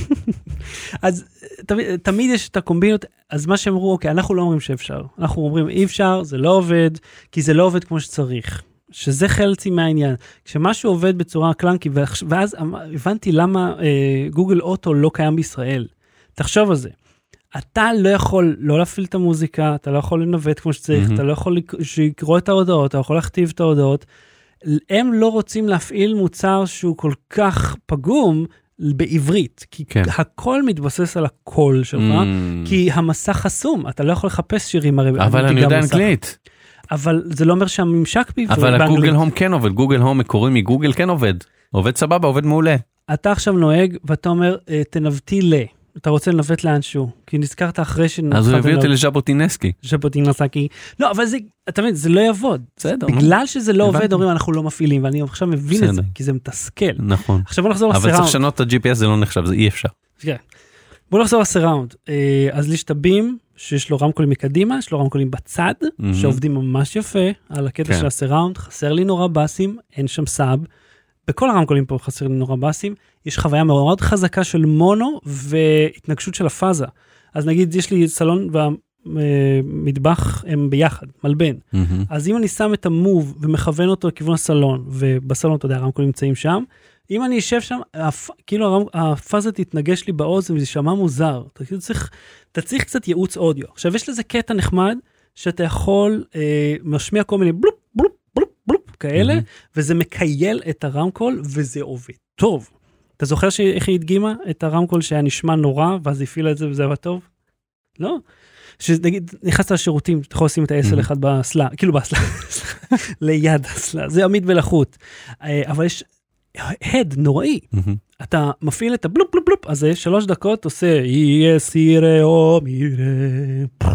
אז תמיד יש את הקומבינות, אז מה שאמרו, אוקיי, אנחנו לא אומרים שאפשר, אנחנו אומרים אי אפשר, זה לא עובד, כי זה לא עובד כמו שצריך, שזה חלצי מהעניין, כשמשהו עובד בצורה קלנקי, ואז הבנתי למה גוגל אוטו לא קיים בישראל, תחשוב על זה, אתה לא יכול לא להפעיל את המוזיקה, אתה לא יכול לנווט כמו שצריך, אתה לא יכול לקרוא את ההודעות, אתה יכול להכתיב את ההודעות, הם לא רוצים להפעיל מוצר שהוא כל כך פגום, בעברית, כי כן. הכל מתבסס על הקול שלך, mm. כי המסך חסום, אתה לא יכול לחפש שירים הרי... אבל אני יודע אנגלית. אבל זה לא אומר שהממשק בעברית. אבל הגוגל הום כן עובד, גוגל הום מקורי מגוגל כן עובד, עובד סבבה, עובד מעולה. אתה עכשיו נוהג, ואתה אומר, תנווטי ל... אתה רוצה לנווט לאנשהו, כי נזכרת אחרי שנ... אז הוא הביא אותי לז'בוטינסקי. ז'בוטינסקי. לא, אבל זה, אתה מבין, זה לא יעבוד. בסדר. בגלל שזה לא עובד, אומרים, אנחנו לא מפעילים, ואני עכשיו מבין את זה, כי זה מתסכל. נכון. עכשיו בוא נחזור לסיראונד. אבל צריך לשנות את ה-ג'י פי אס, זה לא נחשב, זה אי אפשר. כן. בוא נחזור לסיראונד. אז לי יש את הבים, שיש לו רמקולים מקדימה, יש לו רמקולים בצד, שעובדים ממש יפה, על הקטע של הסיראונד, חסר לי נורא בסים, אין שם סאב, בכל הרמקולים פה חסרים נורא בסים, יש חוויה מאוד חזקה של מונו והתנגשות של הפאזה. אז נגיד, יש לי סלון והמטבח הם ביחד, מלבן. Mm-hmm. אז אם אני שם את המוב ומכוון אותו לכיוון הסלון, ובסלון, אתה יודע, הרמקולים נמצאים שם, אם אני אשב שם, הפ... כאילו הרמ... הפאזה תתנגש לי באוזן, וזה שמע מוזר. אתה כאילו צריך, אתה צריך קצת ייעוץ אודיו. עכשיו, יש לזה קטע נחמד, שאתה יכול אה, משמיע כל מיני בלופ, בלופ, בלופ, בלופ, כאלה, mm-hmm. וזה מקייל את הרמקול, וזה עובד טוב. אתה זוכר איך היא הדגימה את הרמקול שהיה נשמע נורא, ואז הפעילה את זה וזה היה טוב? לא. שנגיד, נכנסת לשירותים, אתה יכול לשים את ה-אס אל אחד בסלה, כאילו בסלה, ליד הסלה, זה עמיד ולחות. אבל יש הד נוראי. אתה מפעיל את הבלופ, בלופ, בלופ, אז זה שלוש דקות עושה, יהיה סירה או מירה,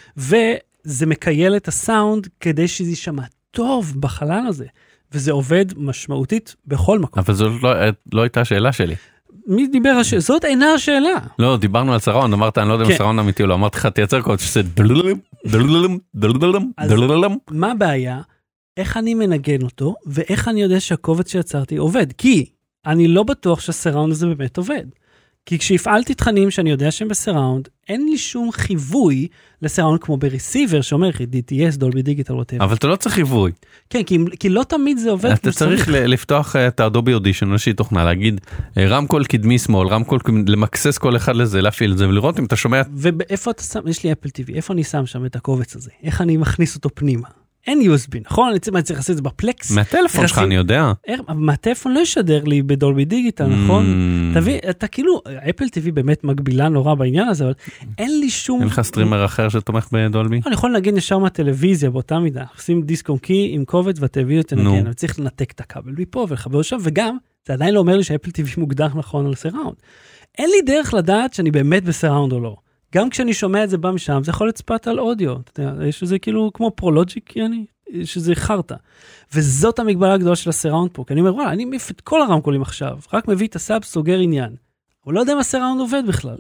וזה מקייל את הסאונד, כדי שזה יישמע טוב בחלל הזה. וזה עובד משמעותית בכל מקום. אבל זו לא, לא הייתה שאלה שלי. מי דיבר על שאלה? זאת אינה השאלה. לא, דיברנו על סראונד, אמרת, אני לא יודע אם סראונד אמיתי או לא, אמרתי לך, תייצר קוד שזה דלולם, דלולם, דלולם, דלולם. מה הבעיה? איך אני מנגן אותו, ואיך אני יודע שהקובץ שיצרתי עובד? כי אני לא בטוח שהסראונד הזה באמת עובד. כי כשהפעלתי תכנים שאני יודע שהם בסראונד, אין לי שום חיווי לסראונד כמו ברסיבר, שאומר די טי אס, דולבי דיגיטל, whatever. אבל אתה לא צריך חיווי. כן, כי, כי לא תמיד זה עובד. אתה צריך לפתוח את האדובי אודישן, או שהיא תוכנה, להגיד רמקול קדמי שמאל, רמקול, למקסס כל אחד לזה, להפעיל את זה, ולראות אם אתה שומע. ואיפה אתה שם, יש לי אפל טי וי, איפה אני שם שם את הקובץ הזה? איך אני מכניס אותו פנימה? אין יו אס בי, נכון? אני צריך לעשות את זה בפלקס. מהטלפון שלך, אני יודע. מהטלפון לא ישדר לי בדולבי דיגיטל, נכון? תביא, אתה כאילו, אפל טי וי באמת מגבילה נורא בעניין הזה, אבל אין לי שום... אין לך סטרימר אחר שתומך בדולבי? אני יכול לנגן ישר מהטלוויזיה באותה מידה. שים דיסק און קי עם קובץ והטלוויזיה תנגן. אני צריך לנתק את הכבל מפה ולחבר שם, וגם, זה עדיין לא אומר לי שאפל טי וי מוגדר נכון על סראונד. אין לי דרך לדעת שאני באמת בסראונד או לא. גם כשאני שומע את זה בא משם, זה יכול לצפת על אודיו. אתה יודע, יש איזה כאילו כמו פרולוג'יק, יעני, שזה חרטה. וזאת המגבלה הגדולה של הסראונד פה. כי אני אומר, וואלה, אני מעיף את כל הרמקולים עכשיו, רק מביא את הסאב, סוגר עניין. הוא לא יודע אם הסראונד עובד בכלל.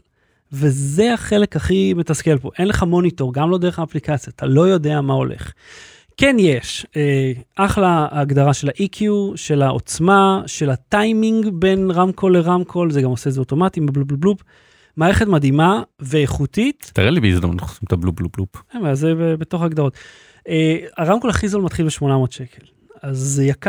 וזה החלק הכי מתסכל פה. אין לך מוניטור, גם לא דרך האפליקציה. אתה לא יודע מה הולך. כן יש, אה, אחלה ההגדרה של ה-אי קיו, של העוצמה, של הטיימינג בין רמקול לרמקול, זה גם עושה את זה אוטומטי, בלופ בלופ בלופ. מערכת מדהימה ואיכותית. תראה לי בהזדמנות, אנחנו עושים את הבלופ בלופ בלופ. זה בתוך הגדרות. הרמקול הכי זול מתחיל ב-שמונה מאות שקל, אז זה יקר.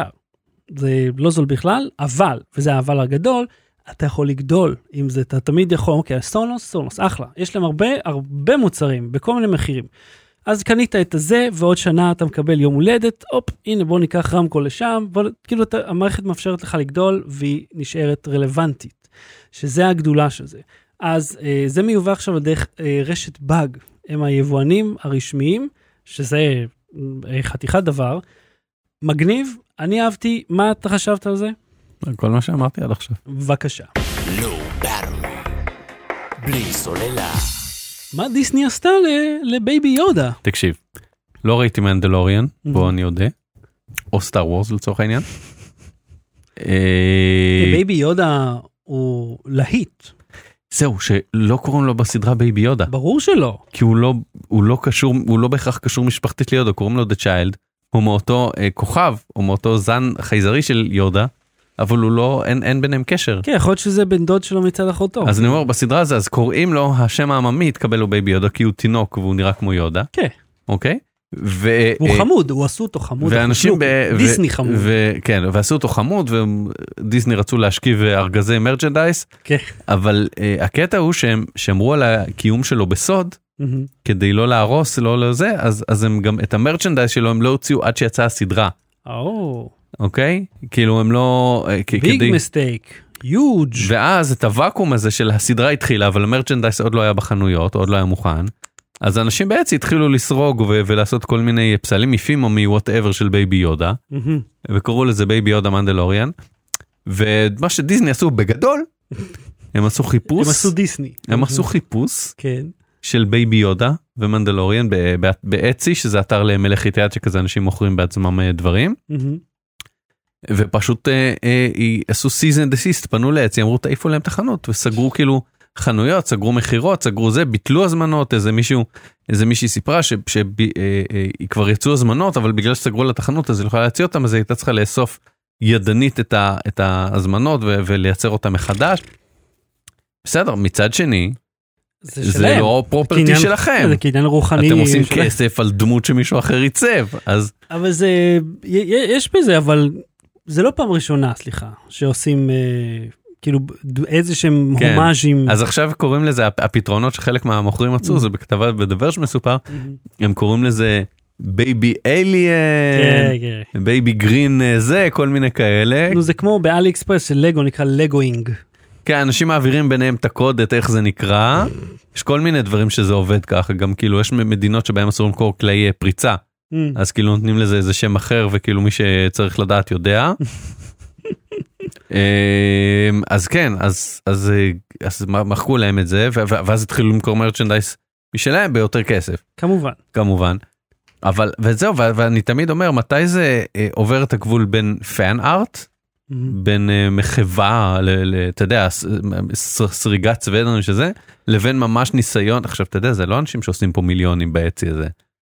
זה לא זול בכלל, אבל, וזה האבל הגדול, אתה יכול לגדול עם זה, אתה תמיד יכול, אוקיי, סונוס, סונוס, אחלה. יש להם הרבה, הרבה מוצרים, בכל מיני מחירים. אז קנית את הזה, ועוד שנה אתה מקבל יום הולדת, אופ, הנה בוא ניקח רמקול לשם, בוא, כאילו אתה, המערכת מאפשרת לך לגדול, והיא נשארת רלוונטית, שזה הגדולה של זה. אז אה, זה מיובא עכשיו דרך אה, רשת באג, הם היבואנים הרשמיים, שזה אה, חתיכת דבר, מגניב, אני אהבתי, מה אתה חשבת על זה? כל מה שאמרתי עד עכשיו. בבקשה. Low battery, בלי סוללה. מה דיסני עשתה לבייבי יודה? תקשיב, לא ראיתי מנדלוריאן, בוא אני יודע, או סטאר וורס לצורך העניין. בייבי יודה הוא להיט. זהו, שלא קוראים לו בסדרה בייבי יודה. ברור שלא. כי הוא לא, הוא לא קשור, הוא לא בהכרח קשור משפחתית ליודה, קוראים לו The Child, הוא מאותו אה, כוכב, הוא מאותו זן חייזרי של יודה, אבל הוא לא, אין, אין ביניהם קשר. כן, יכול להיות שזה בן דוד שלו מצד אחותו. אז אני אומר, בסדרה הזה, אז קוראים לו, השם העממי התקבל לו בייבי יודה, כי הוא תינוק והוא נראה כמו יודה. כן. אוקיי? ו... הוא חמוד, הוא עשו אותו חמוד. ואנשים ב... דיסני חמוד. ו... כן, ועשו אותו חמוד, ודיסני רצו להשכיב ארגזי מרצ'נדייס, כן. אבל uh, הקטע הוא שהם שמרו על הקיום שלו בסוד, mm-hmm. כדי לא להרוס, לא לזה, אז, אז הם גם את המרצ'נדייס שלו הם לא הוציאו עד שיצאה הסדרה. או. אוקיי? כאילו הם לא... ביג מסטייק. יוג'. ואז את הוואקום הזה של הסדרה התחילה, אבל המרצ'נדייס עוד לא היה בחנויות, עוד לא היה מוכן. אז אנשים בעצם התחילו לסרוג ו- ולעשות כל מיני פסלים יפים או מ-whatever של בייבי יודה, mm-hmm. וקראו לזה בייבי יודה מנדלוריאן, ומה שדיסני עשו בגדול, הם עשו חיפוש, הם עשו דיסני, הם עשו חיפוש כן. של בייבי יודה ומנדלוריאן באצי, שזה אתר למלך יתיד שכזה אנשים מוכרים בעצמם דברים, mm-hmm. ופשוט אה, אה, עשו season desist, פנו לאצי, אמרו תעיפו להם תחנות, וסגרו כאילו, חנויות, סגרו מחירות, סגרו זה, ביטלו הזמנות, איזה מישהו, איזה מישהי סיפרה שהיא כבר יצאו הזמנות, אבל בגלל שסגרו לתחנות, אז היא לא יכולה להציע אותם, אז היא הייתה צריכה לאסוף ידנית את, ה, את ההזמנות ו, ולייצר אותה מחדש. בסדר, מצד שני, זה, זה לא פרופרטי שלכם. זה קניין רוחני. אתם עושים שלהם. כסף על דמות שמישהו אחר ייצב, אז... אבל זה, יש בזה, אבל זה לא פעם ראשונה, סליחה, שעושים... כאילו איזה שהם כן. הומאז'ים. אז עכשיו קוראים לזה, הפתרונות שחלק מהמוכרים מצאו, זה בכתבה בדבר שמסופר, הם קוראים לזה בייבי אליאן, בייבי גרין זה, כל מיני כאלה. נו, זה כמו באלי אקספרס של לגו, נקרא לגואינג. כן, אנשים מעבירים ביניהם את הקוד, את איך זה נקרא. יש כל מיני דברים שזה עובד ככה, גם כאילו יש מדינות שבהם אסור למכור כלי פריצה, אז כאילו נותנים לזה איזה שם אחר, וכאילו מי שצריך לדעת יודע. אז כן, אז, אז, אז מחקו להם את זה, ואז התחילו למכור מרצ'נדייס משלהם ביותר כסף. כמובן. כמובן. אבל, וזהו, ואני תמיד אומר, מתי זה עובר את הגבול בין פן ארט, בין מחווה, אתה יודע, סריגת צוודנו שזה, לבין ממש ניסיון, עכשיו, אתה יודע, זה לא אנשים שעושים פה מיליונים בעצי הזה.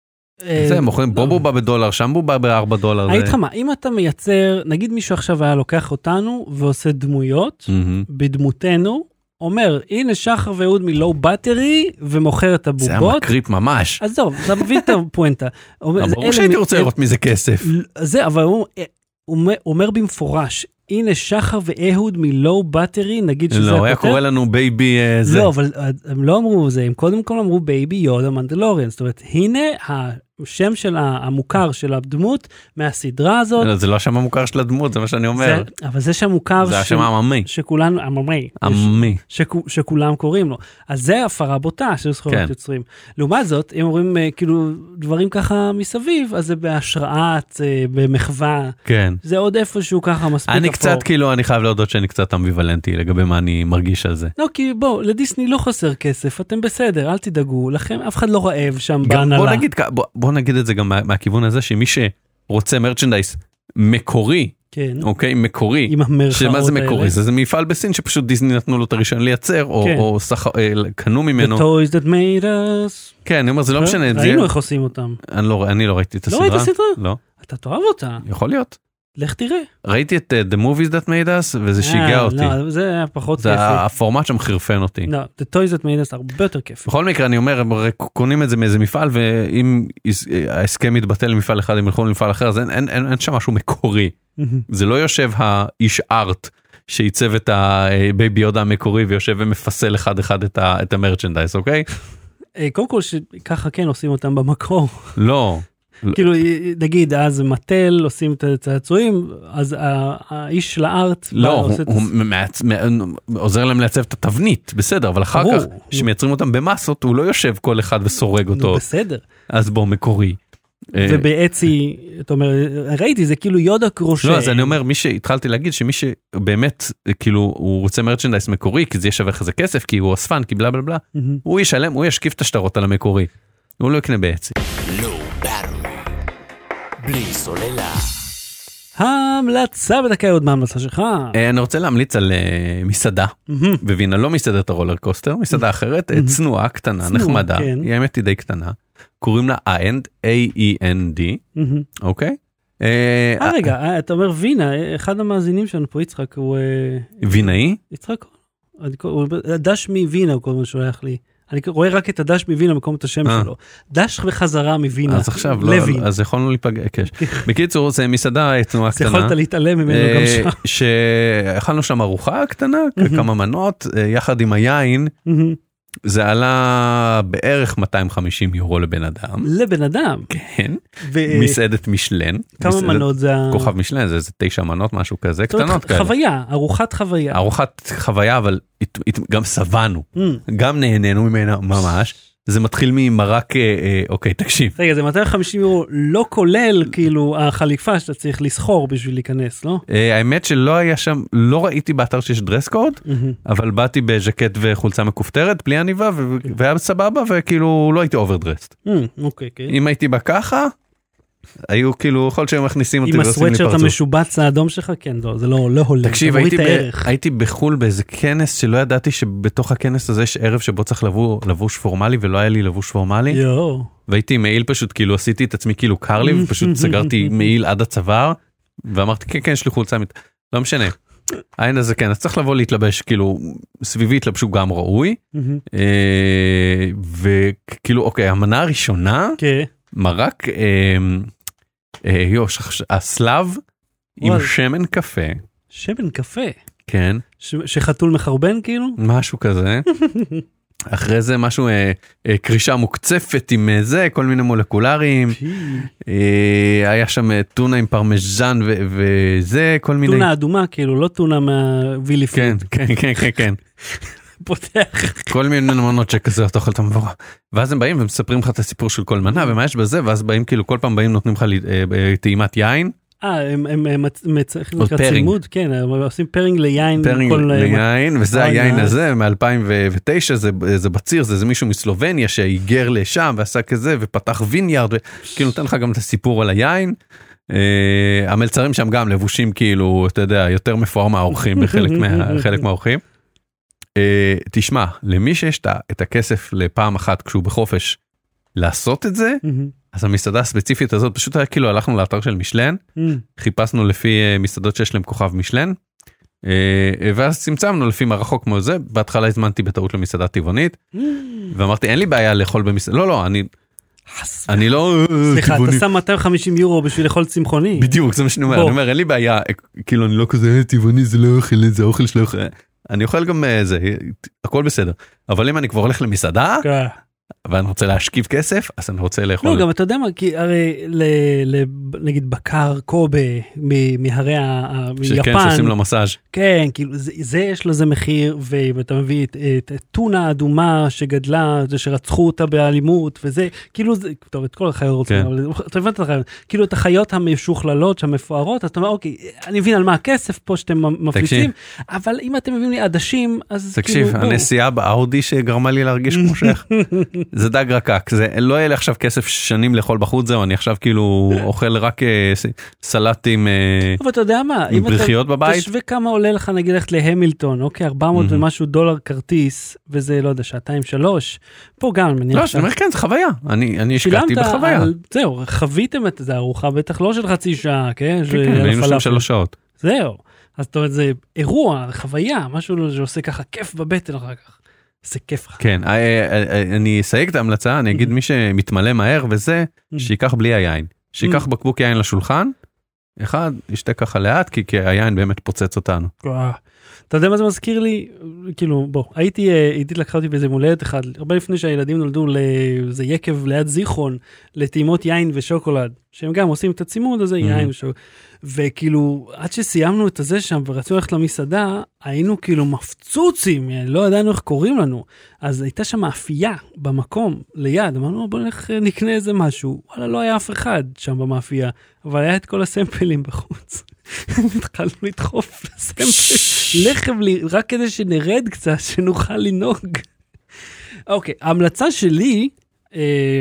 זה, מוכרים, פה בובה בדולר, שם בובה בארבע דולר. היית לך מה, אם אתה מייצר, נגיד מישהו עכשיו היה לוקח אותנו, ועושה דמויות, בדמותנו, אומר, הנה שחר ואהוד מלואו בטרי, ומוכר את הבובות. זה המקריפ ממש. אז טוב, אתה מבין את הפואנטה. ברור שהייתי רוצה לראות מזה כסף. זה, אבל הוא אומר במפורש, הנה שחר ואהוד מלואו בטרי, נגיד שזה... לא, היה קורא לנו בייבי זה. לא, אבל הם לא אמרו זה, הם קודם כל אמרו בייבי יודה מנדלוריאן, זאת אומרת, הנה השם של המוכר של הדמות מהסדרה הזאת. לא, זה לא השם המוכר של הדמות, זה מה שאני אומר. אבל זה שם מוכר... זה השם העממי. שכולנו, עממי. עממי. שכולם קוראים לו. אז זה הפרה בוטה של זכויות יוצרים. לעומת זאת, אם אומרים כאילו דברים ככה מסביב, אז זה בהשראת, במחווה. כן. זה עוד איפשהו ככה מספיק אפור. אני קצת כאילו, אני חייב להודות שאני קצת אמביוולנטי לגבי מה אני מרגיש על זה. לא, כי בוא, לדיסני לא חסר כסף, אתם בסדר, אל תדאגו, לכם אף אחד לא רעב שם בהנהלה. בוא נגיד, בוא, בוא נגיד את זה גם מה, מהכיוון הזה, שמי שרוצה מרצ'נדייס מקורי, כן. אוקיי, מקורי, עם המרכאות שמה זה מקורי? האלה. זה, זה מפעל בסין שפשוט דיסני נתנו לו את הראשון לייצר, או, כן. או סח, קנו ממנו. The toys that made us. כן, אני אומר, זה לא משנה. ראינו איך עושים אותם. אני לא, אני לא ראיתי את הסדרה. לא ראית הסדרה? לא. אתה תאהב אותה. יכול להיות. לך תראה. ראיתי את uh, The Movies That Made Us, וזה שיגע אותי. לא, זה היה פחות כיפי. זה הפורמט שם חרפן אותי. לא, The Toys That Made Us הרבה יותר כיפי. בכל מקרה, אני אומר, קונים את זה מאיזה מפעל, ואם ההסכם מתבטל למפעל אחד, הם ילכו למפעל אחר, אז אין, אין, אין, אין שם משהו מקורי. זה לא יושב האיש ארט, שייצב את הבייבי יודה המקורי, ויושב ומפסל אחד אחד את, ה, את המרצ'נדייס, אוקיי? קודם כל, שככה כן עושים אותם במקור. לא. כאילו נגיד אז מטל עושים את הצעצועים, אז האיש של הארט לא, הוא עוזר להם לייצב את התבנית, בסדר, אבל אחר כך שמייצרים אותם במסות הוא לא יושב כל אחד וסורג אותו, בסדר, אז בוא מקורי. ובעצי אתה אומר ראיתי זה כאילו יודה קרושה. לא, אז אני אומר, מי שהתחלתי להגיד שמי שבאמת כאילו הוא רוצה מרצ'נדייס מקורי כי זה ישווה כזה כסף כי הוא אספן כי בלה בלה בלה, הוא ישלם, הוא ישקיף את השטרות על המקורי, הוא לא יקנה בעצי. בלי סוללה. ההמלצה בדקה עוד מה ההמלצה שלך? אני רוצה להמליץ על מסעדה בווינה, לא מסעדת הרולר קוסטר, מסעדה אחרת, צנועה, קטנה, נחמדה, היא האמת היא די קטנה, קוראים לה איינד, איי-אי-אן-די, אוקיי? אה רגע, אתה אומר וינה, אחד המאזינים שלנו פה יצחק הוא... וינאי? יצחק, דש מווינה הוא כל הזמן שולח לי. אני רואה רק את הדש מווינה במקום את השם שלו. דש וחזרה מווינה. אז עכשיו, לא, אז יכולנו להיפגש. בקיצור, זה מסעדה תנועה קטנה. אז יכולת להתעלם ממנו גם שם. שאכלנו שם ארוחה קטנה, כמה מנות, יחד עם היין, זה עלה בערך מאתיים וחמישים יורו לבן אדם. לבן אדם? כן. מסעדת משלן. כמה מנות זה? כוכב משלן, זה תשע מנות, משהו כזה, קטנות כאלה. חוויה, ארוחת חוויה. ארוחת חוויה, אבל גם סבנו. גם נהנינו ממנה ממש. זה מתחיל ממרק, אוקיי, תקשיב. רגע, זה מאתיים וחמישים יורו לא כולל כאילו החליפה שאתה צריך לסחור בשביל להיכנס, לא? האמת שלא היה שם, לא ראיתי באתר שיש דרס קוד, אבל באתי בז'קט וחולצה מקופטרת, בלי עניבה, והיה סבבה, וכאילו לא הייתי אוברדרסט. אוקיי, כן. אם הייתי בה ככה, היו כאילו, יכול להיות שהם מכניסים אותי ועושים לי פרצוף. עם הסוויטשרט המשובץ האדום שלך, כן, זה לא הולם. תקשיב, הייתי בחול באיזה כנס שלא ידעתי שבתוך הכנס הזה יש ערב שבו צריך לבוש פורמלי, ולא היה לי לבוש פורמלי. יואו. והייתי מעיל פשוט, כאילו עשיתי את עצמי כאילו קר לי, ופשוט סגרתי מעיל עד הצוואר, ואמרתי, כן, כן, יש לי חולצה, לא משנה. העין הזה כן, אז צריך לבוא להתלבש, כאילו, סביבי התלבשו גם ראוי, וכאילו, אוקיי, המנה הראשונה, מרק, יוש, הסלב, עם שמן קפה. שמן קפה? כן. שחתול מחרבן כאילו? משהו כזה. אחרי זה משהו, אה, אה, קרישה מוקצפת עם אה, זה, כל מיני מולקולריים. אה, היה שם אה, טונה עם פרמז'ן ו- וזה, כל מיני... טונה אדומה כאילו, לא טונה מהוויליפוד. כן, כן, כן, כן, כן. פותח. כל מיני מנות שכזה, אתה אוכל את המבורה. ואז הם באים ומספרים לך את הסיפור של כל מנה, ומה יש בזה, ואז באים כאילו, כל פעם באים נותנים לך אה, טעימת יין. אה, הם מצליחים לקראת צימוד, כן, הם עושים פרינג ליין. פרינג ליין, וזה היין הזה, מ-אלפיים ותשע, זה בציר, זה מישהו מסלובניה שהיגר לשם, ועשה כזה, ופתח ויניארד, וכאילו נותן לך גם את הסיפור על היין. המלצרים שם גם לבושים כאילו, אתה יודע, יותר מפואר מהאורחים, בחלק מהאורחים. תשמע, למי שיש את הכסף לפעם אחת, כשהוא בחופש, לעשות את זה, אז המסעדה הספציפית הזאת, פשוט היה כאילו, הלכנו לאתר של משלן, חיפשנו לפי מסעדות שיש להם כוכב משלן, ואז צמצמנו לפי מרחוק כמו זה, בהתחלה הזמנתי בטעות למסעדה טבעונית, ואמרתי, אין לי בעיה לאכול במסעדה, לא, לא, אני... אני לא... סליחה, אתה שם מאתיים וחמישים יורו בשביל לאכול צמחוני. בדיוק, זה מה שאני אומר, אני אומר, אין לי בעיה, כאילו, אני לא כזה, טבעוני זה לא אוכל, זה אוכל שלא אוכל, אני אוכל גם זה, הכל בסדר, אבל אם אני כבר הולך למסעדה, ואני רוצה להשכיב כסף, אז אני רוצה לאכול. לא, גם אתה יודע מה, כי הרי, נגיד בקר, קובה, מהרי היפן. שכן, שעושים לו מסאז'. כן, כאילו, זה יש לזה מחיר, ואתה מביא את טונה אדומה שגדלה, שרצחו אותה באלימות, וזה, כאילו, טוב, את כל החיות רוצים, אבל אתה הבנת את החיות, כאילו, את החיות המשוכללות, המפוארות, אז אתה אומר, אוקיי, אני מבין על מה הכסף פה שאתם מפליצים, אבל אם אתם מביאים לי עדשים, אז כאילו, תקשיב, הנסיעה באאודי שגרמה לי להרגיש כמו שייך. זה דג רקק, זה לא יהיה לי עכשיו כסף שנים לאכול בחוץ, זהו, אני עכשיו כאילו אוכל רק סלט עם פריחיות בבית. תשווה כמה עולה לך נגיד ללכת להמילטון, אוקיי, ארבע מאות ומשהו דולר כרטיס, וזה לא יודע, שעתיים שלוש, פה גם, לא, אני אומר, כן, זה חוויה, אני השקעתי בחוויה. זהו, חוויתם את זה, ארוחה בטח לא של חצי שעה, כן? כן, היינו שם שלוש שעות. זהו, אז זאת אומרת, זה אירוע, חוויה, משהו שעושה ככה כיף בבטן אחר כך. זה כיף. כן, אני אסייג את ההמלצה, אני אגיד מי שמתמלא מהר וזה, שיקח בלי היין. שיקח בקבוק יין לשולחן, אחד, ישתה ככה לאט, כי היין באמת פוצץ אותנו. אתה יודע מה זה מזכיר לי? כאילו, בוא, הייתי, הייתי לקחה אותי באיזה מולדת אחד, הרבה לפני שהילדים נולדו לאיזה יקב ליד זיכרון, לטעימות יין ושוקולד, שהם גם עושים את הצימוד הזה, יין ושוקולד. וכאילו, עד שסיימנו את הזה שם, ורצינו ללכת למסעדה, היינו כאילו מפצוצים, לא ידענו איך קוראים לנו. אז הייתה שם מאפייה במקום, ליד, אמרנו, בוא נלך נקנה איזה משהו. וואלה, לא היה אף אחד שם במאפייה, אבל היה את כל הסמפלים בחוץ. התחלנו לדחוף לסמפל, לחם לי, רק כדי שנרד קצת, שנוכל לנהוג. אוקיי, ההמלצה שלי, אה,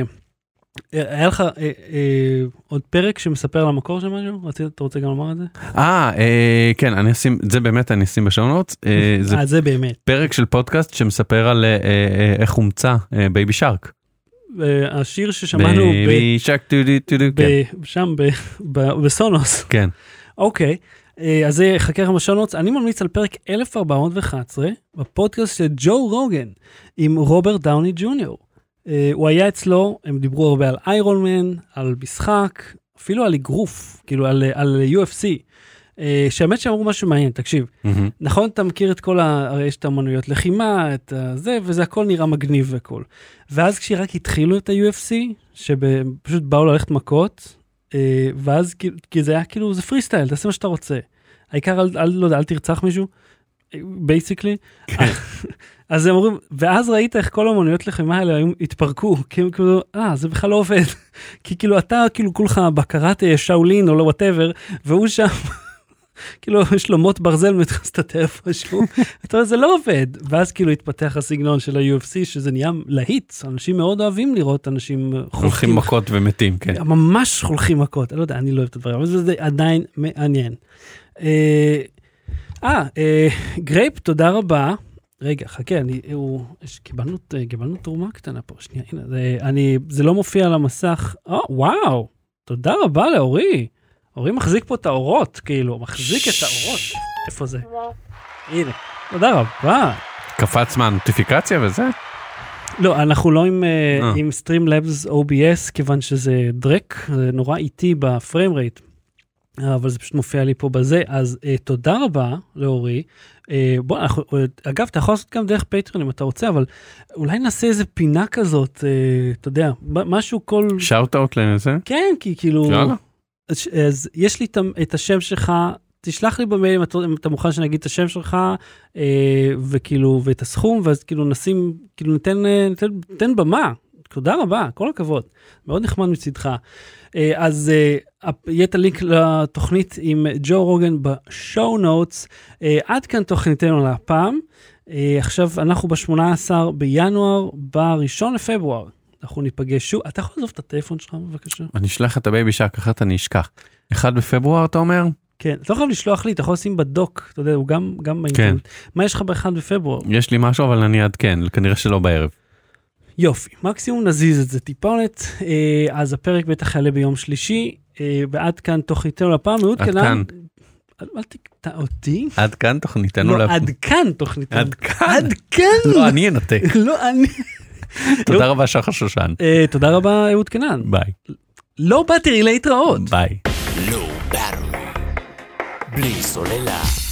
היה לך אה, אה, עוד פרק שמספר על המקור של משהו? רצית, אתה רוצה גם לומר את זה? אה, אה כן, אני אשים, זה באמת אני אשים בשעונות. אה, זה, זה באמת. פרק של פודקאסט שמספר על אה, אה, איך הומצא אה, בייבי שרק. אה, השיר ששמענו בייבי שרק, טודי טודי, כן. שם, ב, ב, בסונוס. כן. אוקיי, אז זה חכה לכם בשעונות. אני ממליץ על פרק אלף ארבע מאות ואחת עשרה, בפודקאסט של ג'ו רוגן, עם רוברט דאוני ג'וניור. הוא היה אצלו, הם דיברו הרבה על איירון מן, על משחק, אפילו על אגרוף, כאילו על, על יו אף סי, שהאמת שאמרו משהו מעניין, תקשיב, mm-hmm. נכון, אתה מכיר את כל, ה... הרי יש את האמנויות לחימה, את זה, וזה הכל נראה מגניב וכל. ואז כשרק התחילו את ה-יו אף סי, שפשוט באו ללכת מכות, ואז כי זה היה כאילו, זה פרי סטייל, תעשה מה שאתה רוצה. העיקר, אל, אל, לא יודע, אל תרצח מישהו, בייסיקלי. אז הם אומרים, ואז ראית איך כל האמנויות לחימה האלה התפרקו, כי הם כאילו, אה, זה בכלל לא עובד. כי כאילו, אתה כאילו כולך בקרת שאולין או לא whatever, והוא שם, כאילו, יש לו מוט ברזל מתחסת איפשהו, אתה יודע, זה לא עובד. ואז כאילו התפתח הסגנון של ה-יו אף סי, שזה נהיה להיט. אנשים מאוד אוהבים לראות אנשים חולכים מכות ומתים, כן. ממש חולכים מכות, אני לא יודע, אני לא אוהב את הדברים, אבל זה עדיין מעניין. אה, אה, גרייפ, תודה רבה. רגע, חכה, אני, הוא, יש, קיבלנו, קיבלנו תרומה קטנה פה, שנייה, הנה, זה, אני, זה לא מופיע על המסך, או, וואו, תודה רבה לאורי, אורי מחזיק פה את האורות, כאילו, מחזיק את האורות. איפה זה? הנה, תודה רבה. קפץ מהנוטיפיקציה וזה? לא, אנחנו לא עם, uh, עם Streamlabs או בי אס, כיוון שזה דרק, זה נורא איטי בפריים רייט, אבל זה פשוט מופיע לי פה בזה, אז uh, תודה רבה לאורי. Uh, בוא, אנחנו, אגב, אתה יכול לעשות גם דרך פטריון אם אתה רוצה, אבל אולי נעשה איזה פינה כזאת, uh, אתה יודע, משהו כל... שאוט-אוט לזה? כן, כי כאילו... יאללה. אז, אז יש לי את השם שלך, תשלח לי במייל אם אתה, אם אתה מוכן שנגיד את השם שלך, אה, וכאילו, ואת הסכום, ואז כאילו נשים, כאילו ניתן, ניתן, ניתן במה. תודה רבה, כל הכבוד. מאוד נחמד מצדך. אה, אז אה, יהיה את הלינק לתוכנית עם ג'ו רוגן בשואו נוטס. אה, עד כאן תוכניתנו להפעם. אה, עכשיו אנחנו ב-שמונה עשר בינואר, בראשון לפברואר. אנחנו ניפגש שוב. אתה יכול לעזוב את הטלפון שלך בבקשה? אני אשלח את הבייבי שק, אחרת אני אשכח. אחד בפברואר אתה אומר? כן, אתה לא חייב לשלוח לי, אתה יכול לשים בדוק, אתה יודע, הוא גם, גם באינטרנט. כן. מה יש לך באחד בפברואר? יש לי משהו, אבל אני עדכן, כנראה שלא בערב. יופי, מקסימום נזיז את זה טיפונת, אז הפרק בטח יעלה ביום שלישי, ועד כאן תוכניתנו לפעם, מאוד עד כאן. כאן. אל תקטע אותי. עד כאן תוכניתנו לא, לפעם. עד כאן תוכניתנו. עד כאן. עד כאן. לא, אני אנתק. לא, אני. תודה רבה שחר שושן. תודה רבה אהוד קנן. ביי. לא באתי, להתראות. ביי. בלי סוללה.